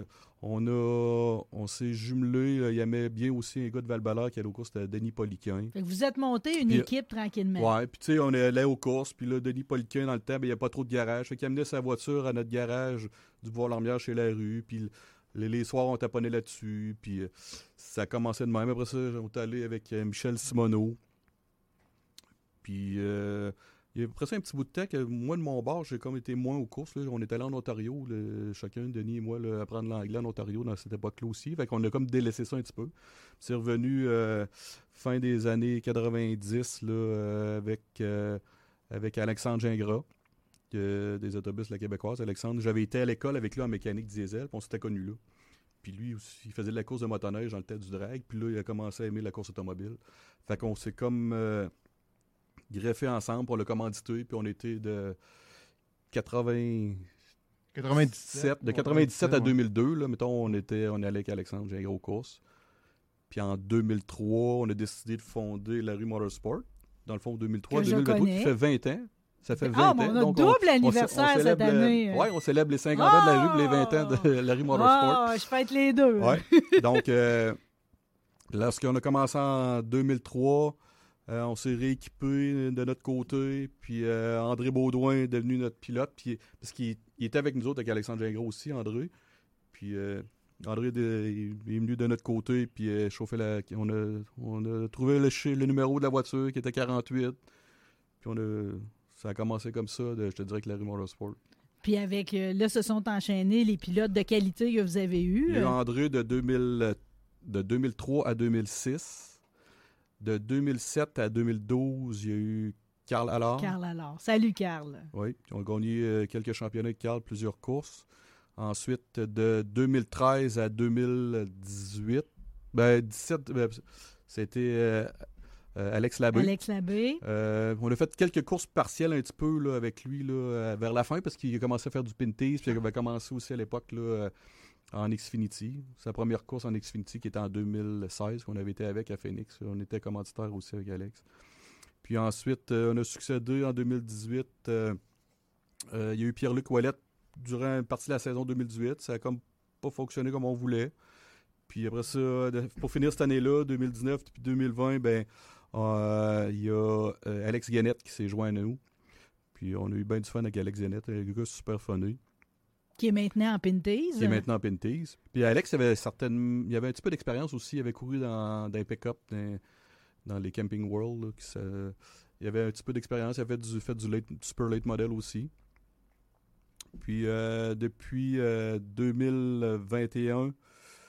on s'est jumelés. Il aimait bien aussi un gars de Val-Bélair qui allait aux courses, c'était Denis Poliquin. Fait que vous êtes monté une équipe tranquillement. Oui, puis tu sais, on allait aux courses. Puis là, Denis Poliquin, dans le temps, il n'y a pas trop de garage. Fait qu'il amenait sa voiture à notre garage du Bois-Lormière chez La Rue. Puis les soirs, on taponnait là-dessus. Puis ça commençait de même. Après ça, on est allé avec Michel Simoneau. Puis il y a presque un petit bout de temps que moi, de mon bord, j'ai comme été moins aux courses. Là. On est allé en Ontario, chacun, Denis et moi, là, apprendre l'anglais en Ontario dans cette époque-là aussi. Fait qu'on a comme délaissé ça un petit peu. C'est revenu fin des années 90 là, avec Alexandre Gingras, des autobus La Québécoise. Alexandre, j'avais été à l'école avec lui en mécanique diesel, puis on s'était connus là. Puis lui aussi, il faisait de la course de motoneige dans le tête du drag. Puis là, il a commencé à aimer la course automobile. Fait qu'on s'est comme... greffés ensemble pour le commanditer, puis on était de 97 à 2002, là, mettons, on allait avec Alexandre Gingras aux courses. Puis en 2003, on a décidé de fonder la rue Motorsport. Dans le fond, 2003, qui fait 20 ans. Ça fait 20 ans. On a double anniversaire cette année. Oui, on célèbre les 50 ans de la rue et les 20 ans de la rue Motorsport. Je fête les deux. Oui. Donc, lorsqu'on a commencé en 2003, on s'est rééquipé de notre côté, puis André Baudouin est devenu notre pilote, puis, parce qu'il était avec nous autres, avec Alexandre Gingras aussi, André. Puis André est venu de notre côté, puis on a trouvé le numéro de la voiture qui était 48, puis ça a commencé comme ça, je te dirais, avec la rue Motorsport. Puis avec, là, se sont enchaînés les pilotes de qualité que vous avez eus. Il y a eu André de 2003 à 2006. De 2007 à 2012, il y a eu Karl Allard. Karl Allard. Salut, Karl. Oui, on a gagné quelques championnats avec Karl, plusieurs courses. Ensuite, de 2013 à 2018, c'était Alex Labbé. Alex Labbé. On a fait quelques courses partielles un petit peu là, avec lui là, vers la fin, parce qu'il a commencé à faire du Pinties, puis il avait commencé aussi à l'époque là, en Xfinity. Sa première course en Xfinity qui était en 2016, qu'on avait été avec à Phoenix. On était commanditaire aussi avec Alex. Puis ensuite, on a succédé en 2018. Il y a eu Pierre-Luc Ouellette durant une partie de la saison 2018. Ça a comme pas fonctionné comme on voulait. Puis après ça, pour finir cette année-là, 2019 puis 2020, il y a Alex Guénette qui s'est joint à nous. Puis on a eu bien du fun avec Alex Guénette, un gars super funny. Qui est maintenant en Pinties. Puis Alex, il avait un petit peu d'expérience aussi. Il avait couru dans des pick-up, dans les Camping World. Là, Il avait un petit peu d'expérience. Il avait fait du super late model aussi. Puis, depuis 2021,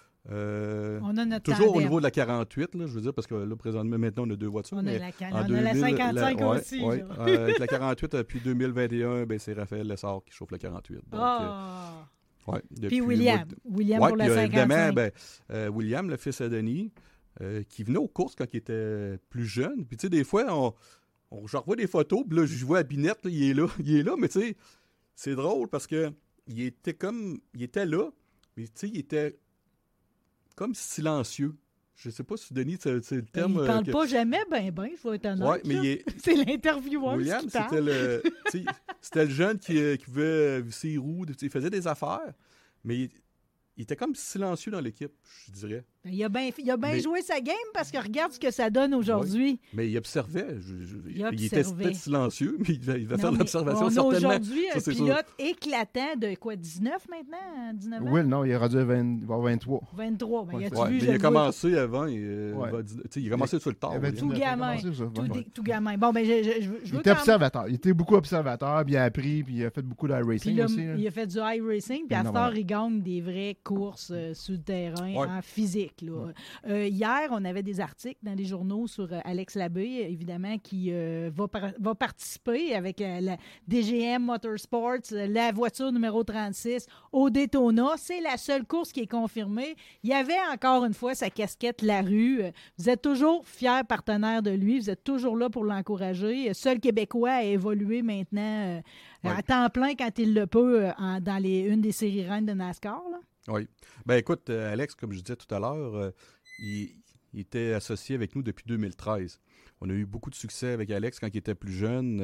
on a notre toujours tandem. au niveau de la 48, là, je veux dire, parce que là, présentement, maintenant, on a 2 voitures. On a mais la en 55 aussi. Ouais, là. avec la 48, depuis 2021, ben, c'est Raphaël Lessard qui chauffe la 48. Donc, ouais, puis William. William ouais, pour la puis, 55. évidemment, William, le fils à Denis, qui venait aux courses quand il était plus jeune. Puis, tu sais, des fois, je revois des photos, puis là, je vois à Binette, là, il est là, mais tu sais, c'est drôle parce que il était là, mais tu sais, il était comme silencieux. Je sais pas si Denis, c'est le terme. Il parle pas jamais, ben, je vais être honnête. Ouais, mais c'est l'intervieweur William, qui parle. c'était le jeune qui pouvait visser les roues, il faisait des affaires, mais il était comme silencieux dans l'équipe, je dirais. Il a bien joué sa game parce que regarde ce que ça donne aujourd'hui. Oui, mais il observait. Il était silencieux, mais il va faire mais l'observation on certainement. a aujourd'hui un Ça, pilote éclatant de quoi, 19 maintenant? 19 ans? Oui, non, il est rendu à 23. 23. Ben, Ouais, y a-tu ouais, vu, mais je il a le vois. commencé avant. Il a commencé sur le tard. Il avait Tout gamin. Tout gamin. Bon, ben, je veux Il était observateur. Il était beaucoup observateur, puis il a appris, puis il a fait beaucoup de racing là, aussi. Là. Il a fait du high racing, puis à ce temps, il gagne des vraies courses sur le terrain en physique. Là. Hier, on avait des articles dans les journaux sur Alex Labbé, évidemment, qui va participer avec la DGM Motorsports, la voiture numéro 36 au Daytona. C'est la seule course qui est confirmée. Il y avait encore une fois sa casquette Larue. Vous êtes toujours fiers partenaires de lui. Vous êtes toujours là pour l'encourager. Seul Québécois a évolué maintenant à temps plein quand il le peut dans une des séries reines de NASCAR. Là. Oui. Ben écoute, Alex, comme je disais tout à l'heure, il était associé avec nous depuis 2013. On a eu beaucoup de succès avec Alex quand il était plus jeune.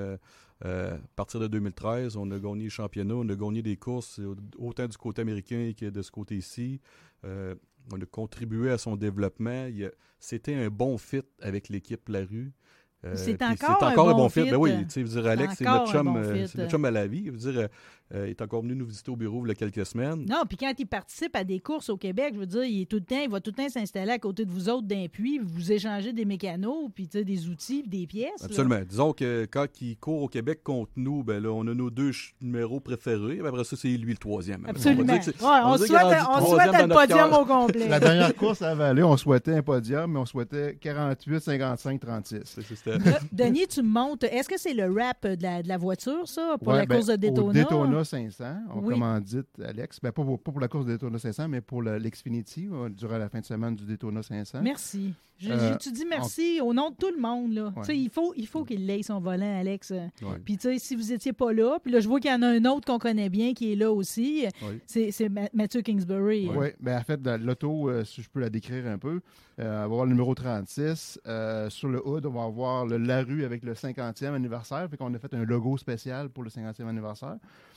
À partir de 2013, on a gagné les championnats, on a gagné des courses autant du côté américain que de ce côté-ci. On a contribué à son développement. C'était un bon fit avec l'équipe Larue. C'est encore un bon fit. Ben oui, tu sais, Alex, c'est notre chum à la vie. Je veux dire, il est encore venu nous visiter au bureau il y a quelques semaines. Non, puis quand il participe à des courses au Québec, je veux dire, il va tout le temps s'installer à côté de vous autres d'un puits, vous échangez des mécanos, puis des outils, puis des pièces. Absolument. Là. Disons que quand il court au Québec contre nous, ben là, on a nos 2 numéros préférés. Après ça, c'est lui le 3e. Absolument. On souhaite le podium au complet. La dernière course à Vallée, on souhaitait un podium, mais on souhaitait 48, 55, 36. Là, Denis, tu me montes. Est-ce que c'est le wrap de la voiture, ça, pour la course de Daytona? Au Daytona 500, on commandite, Alex. Ben, pas pour la course de Daytona 500, mais pour l'Xfinity, durant la fin de semaine du Daytona 500. Merci. Tu dis merci au nom de tout le monde. Là. Ouais. Il faut qu'il ait son volant, Alex. Ouais. Puis, si vous n'étiez pas là, puis là, je vois qu'il y en a un autre qu'on connaît bien qui est là aussi. Oui. C'est Mathieu Kingsbury. Oui, ben, en fait, l'auto, si je peux la décrire un peu, on va avoir le numéro 36. Sur le hood, on va avoir le Larue avec le 50e anniversaire. Fait qu'on a fait un logo spécial pour le 50e anniversaire.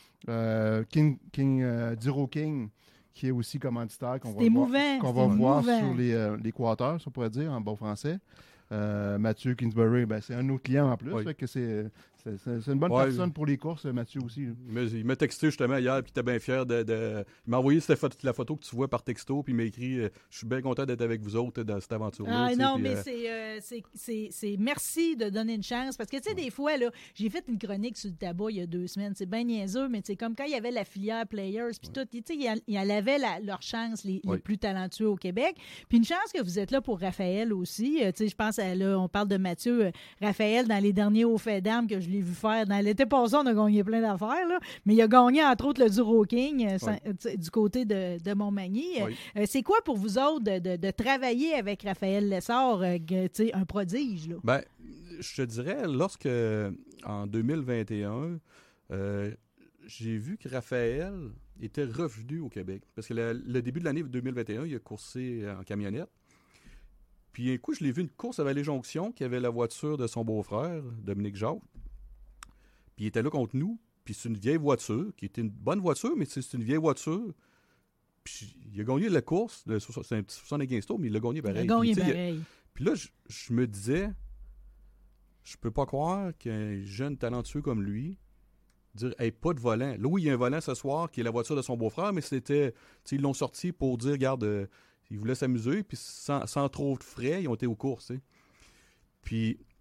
Duro King, qui est aussi commanditaire, qu'on va voir sur l'équateur, si on pourrait dire, en bon français. Mathieu Kingsbury, ben, c'est un autre client en plus. Fait que c'est une bonne personne pour les courses, Mathieu aussi. Il m'a texté justement hier, puis il était bien fier il m'a envoyé la photo que tu vois par texto, puis il m'a écrit « Je suis bien content d'être avec vous autres dans cette aventure-là. » Non, mais c'est merci de donner une chance, parce que, tu sais, des fois, là, j'ai fait une chronique sur le tabac il y a 2 semaines, c'est bien niaiseux, mais c'est comme quand il y avait la filière Players, puis tout, tu sais, il avait leur chance, les plus talentueux au Québec. Puis une chance que vous êtes là pour Raphaël aussi. Tu sais, je pense, là, on parle de Mathieu, Raphaël, dans les derniers hauts faits d'armes que je l'ai vu faire. Dans l'été passé, on a gagné plein d'affaires, là, mais il a gagné, entre autres, le Duro King du côté de Montmagny. C'est quoi pour vous autres de travailler avec Raphaël Lessard, un prodige? Là? Ben, je te dirais, en 2021, j'ai vu que Raphaël était revenu au Québec. Parce que le début de l'année 2021, il a coursé en camionnette. Puis un coup, je l'ai vu une course à Vallée-Jonction qui avait la voiture de son beau-frère, Dominique Jacques. Puis il était là contre nous. Puis c'est une vieille voiture, qui était une bonne voiture, mais c'est une vieille voiture. Puis il a gagné la course. C'est un petit 75 tours, mais il l'a gagné pareil. Puis là, je me disais, je peux pas croire qu'un jeune talentueux comme lui, dire, hey, pas de volant. Là, oui, il y a un volant ce soir qui est la voiture de son beau-frère, mais c'était, ils l'ont sorti pour dire, regarde, ils voulaient s'amuser, puis sans trop de frais, ils ont été aux courses. T'sais. Puis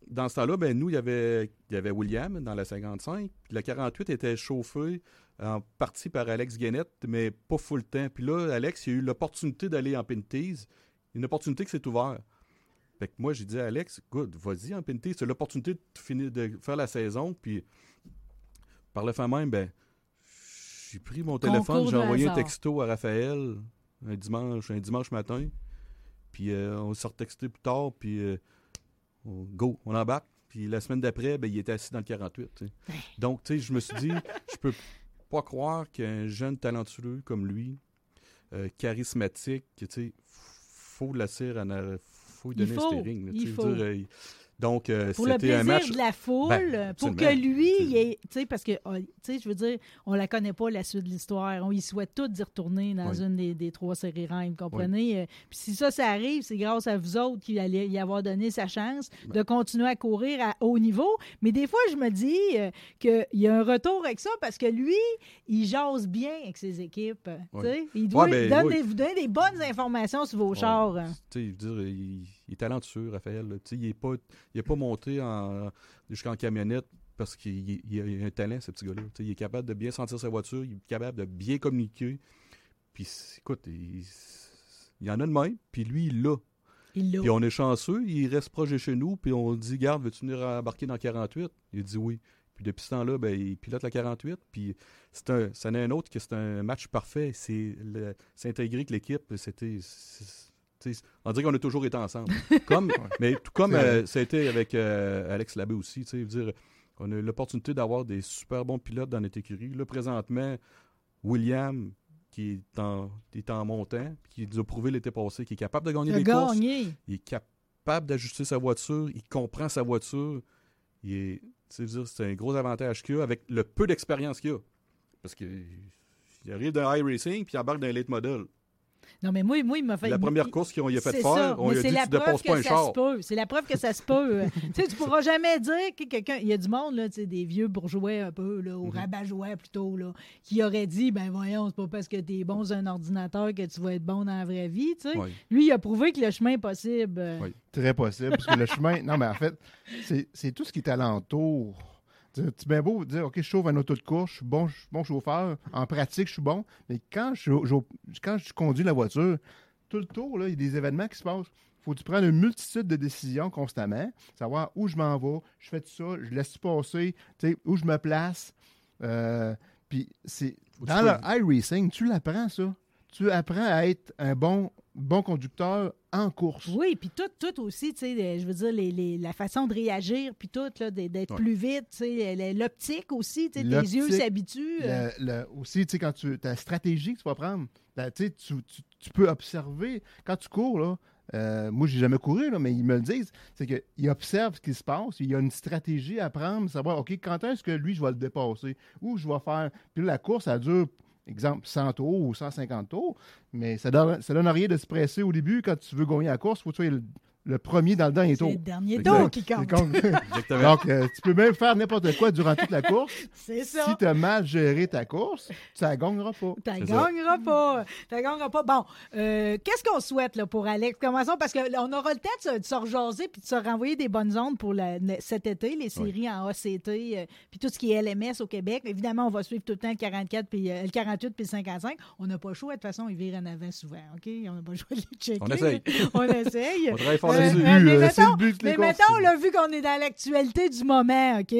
dans ce temps-là, ben, nous, il y avait William dans la 55. Puis la 48 était chauffée en partie par Alex Guénette, mais pas full temps. Puis là, Alex, il a eu l'opportunité d'aller en Pinties. Une opportunité qui s'est ouverte. Fait que moi, j'ai dit à Alex, good, vas-y en Pinties. C'est l'opportunité de faire la saison. Puis par le fait même, ben, j'ai pris mon téléphone, j'ai envoyé un texto à Raphaël un dimanche matin. Puis on s'est retexté plus tard, puis on embarque. Puis la semaine d'après, ben, il était assis dans le 48. T'sais. Donc, tu sais, je me suis dit, je peux pas croire qu'un jeune talentueux comme lui, charismatique, tu sais, faut lui donner un steering. Il faut. Donc, pour le c'était plaisir un match de la foule, pour que lui, tu sais, parce que, tu sais, je veux dire, on la connaît pas, la suite de l'histoire. On y souhaite tous d'y retourner dans une des 3 séries reines, vous comprenez? Puis si ça arrive, c'est grâce à vous autres qui allez y avoir donné sa chance de continuer à courir à haut niveau. Mais des fois, je me dis qu'il y a un retour avec ça parce que lui, il jase bien avec ses équipes. Tu sais? Il doit vous donner des bonnes informations sur vos chars. Tu sais, il est talentueux, Raphaël. Il n'est pas monté jusqu'en camionnette parce qu'il a un talent, ce petit gars-là. Il est capable de bien sentir sa voiture, il est capable de bien communiquer. Puis, écoute, il y en a de même, puis lui, il l'a. Puis on est chanceux, il reste proche de chez nous, puis on dit, garde, veux-tu venir embarquer dans 48? Il dit oui. Puis depuis ce temps-là, ben, il pilote la 48, puis ça en est un autre que c'est un match parfait. C'est intégré avec l'équipe, on dirait qu'on a toujours été ensemble. Mais tout comme ça a été avec Alex Labbé aussi. Dire, on a l'opportunité d'avoir des super bons pilotes dans notre écurie. Là, présentement, William, qui est en montant, qui nous a prouvé l'été passé, qui est capable de gagner des courses. Il est capable d'ajuster sa voiture. Il comprend sa voiture. C'est un gros avantage qu'il a avec le peu d'expérience qu'il a. Parce qu'il arrive d'un iRacing puis il embarque d'un late model. Non, mais moi, il m'a fait... La première course qu'on lui a fait faire, on lui a dit, tu dépasses pas un char. C'est la preuve que ça se peut. Tu sais, tu pourras jamais dire que quelqu'un... Il y a du monde, là, des vieux bourgeois un peu, là, ou rabat-joie plutôt, là, qui aurait dit, ben voyons, c'est pas parce que t'es bon sur un ordinateur que tu vas être bon dans la vraie vie, tu sais. Oui. Lui, il a prouvé que le chemin est possible. Oui, très possible, parce que le chemin... Non, mais en fait, c'est tout ce qui est alentour. C'est bien beau dire, OK, je chauffe un auto de course, je suis bon chauffeur, en pratique, je suis bon, mais quand je conduis la voiture, tout le tour, là, il y a des événements qui se passent. Il faut que tu prennes une multitude de décisions constamment, savoir où je m'en vais, je fais tout ça, je laisse passer, où je me place. Puis c'est dans le iRacing, tu l'apprends, ça. Tu apprends à être un bon conducteur en course. Oui, puis tout aussi, tu sais, je veux dire, la façon de réagir, puis tout, là, d'être plus vite, tu sais, l'optique aussi, tu sais, tes yeux s'habituent. Aussi, tu sais, quand ta stratégie que tu vas prendre, tu sais, tu peux observer, quand tu cours, là, moi, j'ai jamais couru, là, mais ils me le disent, c'est qu'ils observent ce qui se passe, il y a une stratégie à prendre, savoir, OK, quand est-ce que lui, je vais le dépasser, ou je vais faire, puis là, la course, elle dure, exemple, 100 tours ou 150 tours, mais ça donne rien de se presser au début. Quand tu veux gagner la course, il faut que tu sois le premier dans le dernier tour. C'est le dernier tour qui compte. Donc, tu peux même faire n'importe quoi durant toute la course. C'est ça. Si tu as mal géré ta course, tu ne gagneras pas. Tu ne gagneras pas. Bon, qu'est-ce qu'on souhaite là, pour Alex? Commençons, parce qu'on aura le temps de se rejaser puis de se renvoyer des bonnes ondes pour cet été, les séries en ACT, puis tout ce qui est LMS au Québec. Évidemment, on va suivre tout le temps le 44, puis le 48 puis le 55. On n'a pas le choix. De toute façon, ils virent en avant souvent. OK? On n'a pas le choix de les checker. On essaye. On essaye. On travaille fort. C'est le but mais mettons, là, vu qu'on est dans l'actualité du moment, OK,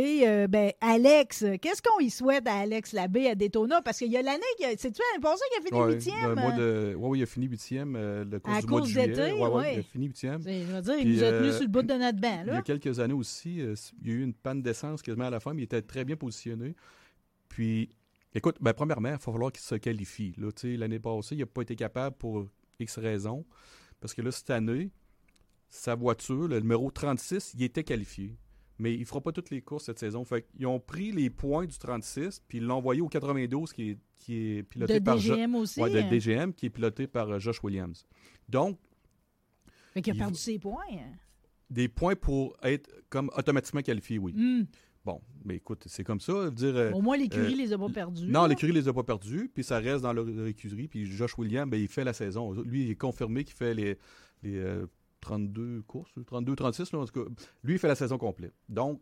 Alex, qu'est-ce qu'on y souhaite à Alex Labbé à Daytona? Parce qu'il y a l'année, c'est-tu l'année passée qu'il a fini 8e? Oui, il a fini 8e, le course du mois de juillet. D'été, oui, il a fini 8e. Je veux dire, il nous a tenus sur le bout de notre banc. Là. Il y a quelques années aussi, il y a eu une panne d'essence quasiment à la fin, mais il était très bien positionné. Puis, écoute, premièrement, il va falloir qu'il se qualifie. Là, l'année passée, il n'a pas été capable pour X raisons. Parce que là, cette année, sa voiture, le numéro 36, il était qualifié. Mais il ne fera pas toutes les courses cette saison. Fait qu'ils ont pris les points du 36 puis ils l'ont envoyé au 92 qui est piloté par... DGM aussi. Oui, de DGM qui est piloté par Josh Williams. Donc... Fait qu'il a perdu ses points. Des points pour être comme automatiquement qualifié, oui. Bon, mais écoute, c'est comme ça. Au moins, l'écurie les a pas perdus. Non, l'écurie les a pas perdus, puis ça reste dans leur écurie. Puis Josh Williams, il fait la saison. Lui, il est confirmé qu'il fait les 32 courses, 32, 36, là, en tout cas. Lui, il fait la saison complète. Donc,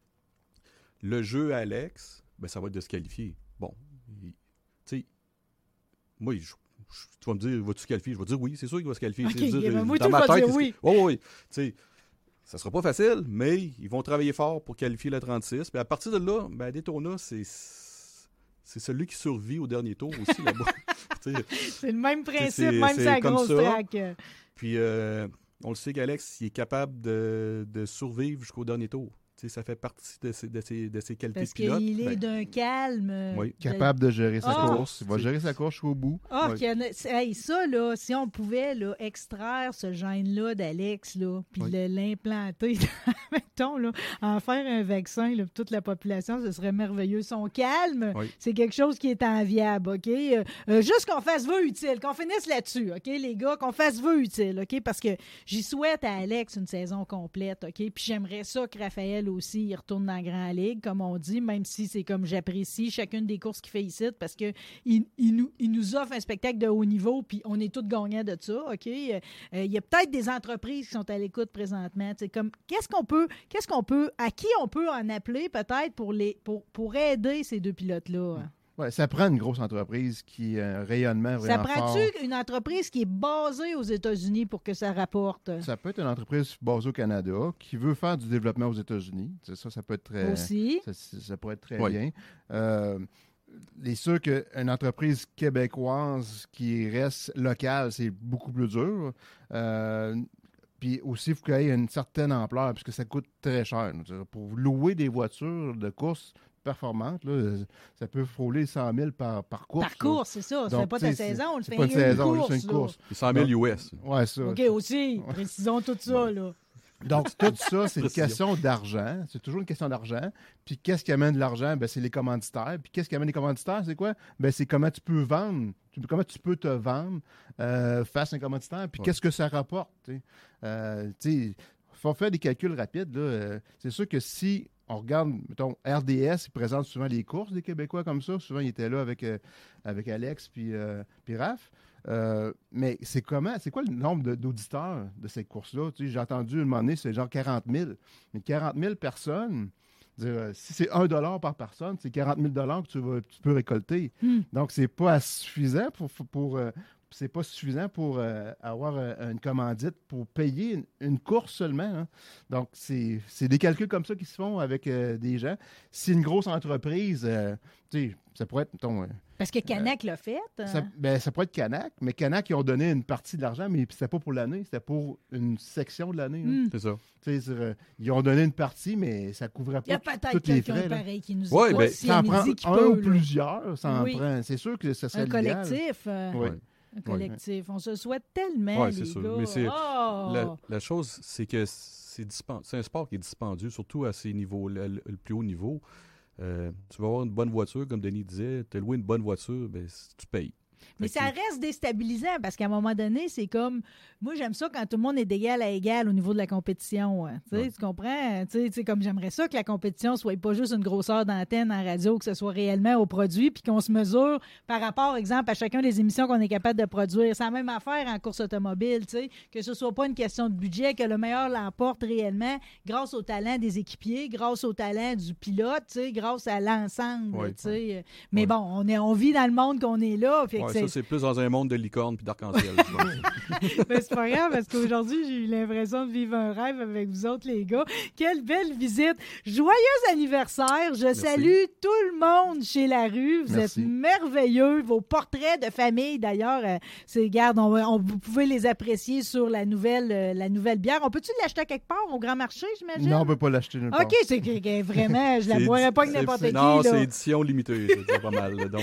le jeu à Alex, ben, ça va être de se qualifier. Bon, tu sais, moi, tu vas me dire, vas-tu se qualifier? Je vais dire oui, c'est sûr qu'il va se qualifier. Okay, dire, moi, dans ma tête, dire oui. Oui. Tu sais, ça sera pas facile, mais ils vont travailler fort pour qualifier le 36. Puis à partir de là, ben, Daytona, c'est celui qui survit au dernier tour aussi là-bas. C'est le même principe, même si la grosse track. Puis on le sait qu'Alex, il est capable de survivre jusqu'au dernier tour. T'sais, ça fait partie de ses qualités parce de pilote. Parce qu'il est d'un calme. Oui. Capable de gérer sa course. Il va gérer sa course jusqu'au bout. Hey, ça, là, si on pouvait là, extraire ce gène-là d'Alex, puis l'implanter, mettons, là, en faire un vaccin là, pour toute la population, ce serait merveilleux. Son calme, c'est quelque chose qui est enviable, OK? Juste qu'on fasse vœu utile, qu'on finisse là-dessus, OK, les gars, qu'on fasse vœu utile, OK? Parce que j'y souhaite à Alex une saison complète, OK? Puis j'aimerais ça que Raphaël aussi, il retourne dans la Grande Ligue, comme on dit, même si c'est comme j'apprécie chacune des courses qu'il fait ici, parce qu'il nous offre un spectacle de haut niveau, puis on est tous gagnants de ça, OK? Il y a peut-être des entreprises qui sont à l'écoute présentement. Comme, à qui on peut en appeler peut-être pour aider ces deux pilotes-là? Oui, ça prend une grosse entreprise qui a un rayonnement vraiment fort. Ça prend-tu une entreprise qui est basée aux États-Unis pour que ça rapporte? Ça peut être une entreprise basée au Canada qui veut faire du développement aux États-Unis. Ça peut être très... Aussi. Ça pourrait être très bien. Il est sûr qu'une entreprise québécoise qui reste locale, c'est beaucoup plus dur. Puis aussi, il faut qu'il y ait une certaine ampleur, puisque ça coûte très cher. Pour louer des voitures de course performante, là, ça peut frôler 100 000 par course. Par course, c'est ça. Ça ne fait pas ta saison, on le fait pas une saison, course. C'est une course. C'est 100 000 US. Oui, ça. OK, aussi. Précisons tout ça, là. Donc, tout ça, c'est une question d'argent. C'est toujours une question d'argent. Puis, qu'est-ce qui amène de l'argent? Ben, c'est les commanditaires. Puis, qu'est-ce qui amène les commanditaires? C'est quoi? Ben, c'est comment tu peux vendre. Comment tu peux te vendre face à un commanditaire. Puis, qu'est-ce que ça rapporte? Il faut faire des calculs rapides. Là. C'est sûr que si on regarde, mettons, RDS, il présente souvent les courses des Québécois comme ça. Souvent, il était là avec Alex puis Raph. Mais c'est quoi le nombre d'auditeurs de cette course-là? J'ai entendu un moment donné, c'est genre 40 000. Mais 40 000 personnes, si c'est $1 par personne, c'est 40 000 que tu peux récolter. Donc, c'est pas suffisant c'est pas suffisant pour avoir une commandite pour payer une course seulement. Hein. Donc, c'est des calculs comme ça qui se font avec des gens. Si une grosse entreprise, ça pourrait être, mettons... Parce que Canac l'a fait. Ça pourrait être Canac, mais Canac, ils ont donné une partie de l'argent, mais c'était pas pour l'année, c'était pour une section de l'année. C'est ça. Ils ont donné une partie, mais ça couvrait pas tous les frais. Il y a peut-être quelqu'un pareil qui nous écoute. Ça en prend un ou plusieurs, ça en prend. C'est sûr que ça serait un collectif. Oui. Un collectif. On se souhaite tellement, les sûr. gars. Mais la chose, c'est que c'est un sport qui est dispendieux, surtout à ces niveaux, le plus haut niveau. Tu vas avoir une bonne voiture, comme Denis disait. Tu as loué une bonne voiture, ben, tu payes. Mais ça reste déstabilisant parce qu'à un moment donné, c'est comme... Moi, j'aime ça quand tout le monde est d'égal à égal au niveau de la compétition. Hein. Tu comprends? Comme j'aimerais ça que la compétition soit pas juste une grosseur d'antenne en radio, que ce soit réellement au produit, puis qu'on se mesure par rapport, exemple, à chacun des émissions qu'on est capable de produire. C'est la même affaire en course automobile, que ce soit pas une question de budget, que le meilleur l'emporte réellement grâce au talent des équipiers, grâce au talent du pilote, grâce à l'ensemble. Mais bon, on vit dans le monde qu'on est là. Ça, c'est plus dans un monde de licorne puis d'arc-en-ciel. Mais c'est pas grave, parce qu'aujourd'hui, j'ai eu l'impression de vivre un rêve avec vous autres, les gars. Quelle belle visite! Joyeux anniversaire! Je salue tout le monde chez La Rue. Vous êtes merveilleux. Vos portraits de famille, d'ailleurs, vous pouvez les apprécier sur la nouvelle bière. On peut-tu l'acheter quelque part au Grand Marché, j'imagine? Non, on peut pas l'acheter nulle part. OK, c'est vraiment, je la boirais pas avec n'importe qui. Non, là. c'est édition limitée. C'est pas mal. Donc,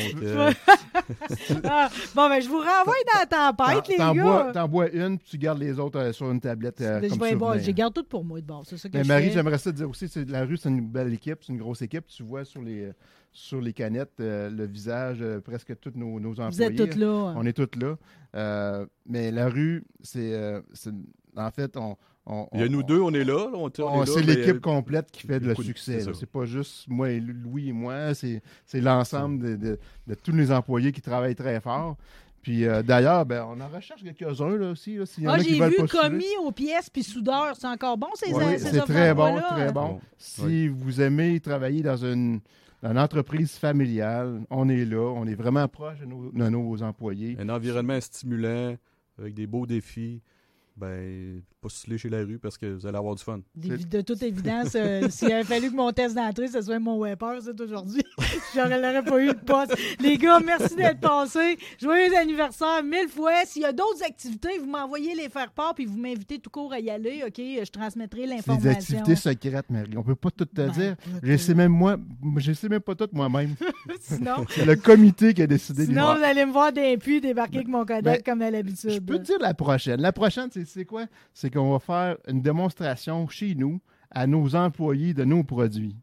bon, ben, je vous renvoie dans la tempête, les gars. T'en bois une, puis tu gardes les autres sur une tablette comme souvenir. Je garde tout pour moi de bord. C'est ça que mais je Marie, fais. j'aimerais ça te dire aussi, La Rue, c'est une belle équipe, c'est une grosse équipe. Tu vois sur les canettes le visage presque tous nos employés. Vous êtes tous là. On est tous là. Mais La Rue, c'est en fait, il y a nous deux, on est là. C'est l'équipe complète qui fait le succès. C'est pas juste moi et Louis et moi, c'est l'ensemble de tous les employés qui travaillent très fort. Puis d'ailleurs, on en recherche quelques-uns là, aussi. Là, s'il y en a qui j'ai veulent vu postuler. commis aux pièces puis soudeur. C'est encore bon, ces C'est très bon, offres-là? très bon. Si vous aimez travailler dans une entreprise familiale, on est là. On est vraiment proche de nos employés. Un environnement stimulant, avec des beaux défis. Postuler chez la rue parce que vous allez avoir du fun. De toute évidence, s'il avait fallu que mon test d'entrée, ce soit mon Webber, c'est aujourd'hui, j'aurais pas eu le poste. Les gars, merci d'être passés. Joyeux anniversaire 1000 fois. S'il y a d'autres activités, vous m'envoyez les faire part puis vous m'invitez tout court à y aller. OK, je transmettrai l'information. C'est des activités secrètes, Marie. On peut pas tout te dire. Je sais même pas tout moi-même. Sinon, c'est le comité qui a décidé. Sinon, vous allez me voir d'un puits débarquer avec mon Kodak comme à l'habitude. Je peux te dire la prochaine. La prochaine, c'est quoi? C'est qu'on va faire une démonstration chez nous à nos employés de nos produits.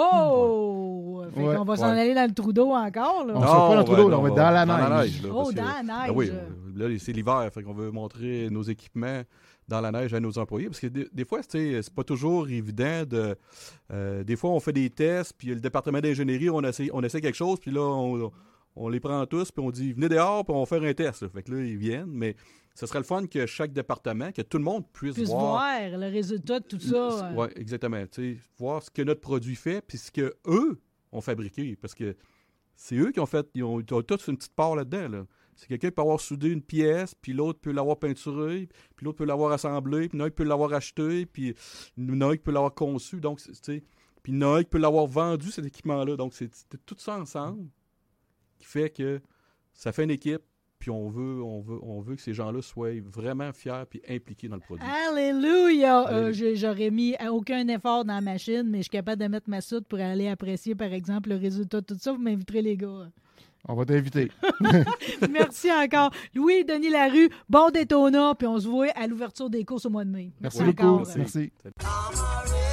Wow! Fait qu'on va s'en aller dans le trou d'eau encore, là. On ne sera pas dans le trou d'eau, on va être dans la neige. Là, dans la neige. Oui, là, c'est l'hiver, fait qu'on veut montrer nos équipements dans la neige à nos employés, parce que des fois, c'est pas toujours évident de... des fois, on fait des tests, puis le département d'ingénierie, on essaie quelque chose, puis là, on les prend tous, puis on dit « Venez dehors, puis on va faire un test. » Fait que là, ils viennent, mais... Ce serait le fun que chaque département, que tout le monde puisse voir le résultat de tout ça. Oui, exactement. Voir ce que notre produit fait puis ce qu'eux ont fabriqué. Parce que c'est eux qui ont fait, ils ont tous une petite part là-dedans. Là. C'est quelqu'un qui peut avoir soudé une pièce, puis l'autre peut l'avoir peinturée, puis l'autre peut l'avoir assemblée, puis l'un peut l'avoir acheté, puis l'un peut l'avoir conçu. Donc, puis l'un peut l'avoir vendu, cet équipement-là. Donc, c'est tout ça ensemble qui fait que ça fait une équipe. Puis on veut que ces gens-là soient vraiment fiers puis impliqués dans le produit. Alléluia! J'aurais mis aucun effort dans la machine, mais je suis capable de mettre ma soude pour aller apprécier, par exemple, le résultat de tout ça. Vous m'inviterez, les gars. On va t'inviter. Merci encore. Louis, Denis Larue, bon Daytona, puis on se voit à l'ouverture des courses au mois de mai. Merci beaucoup. Merci.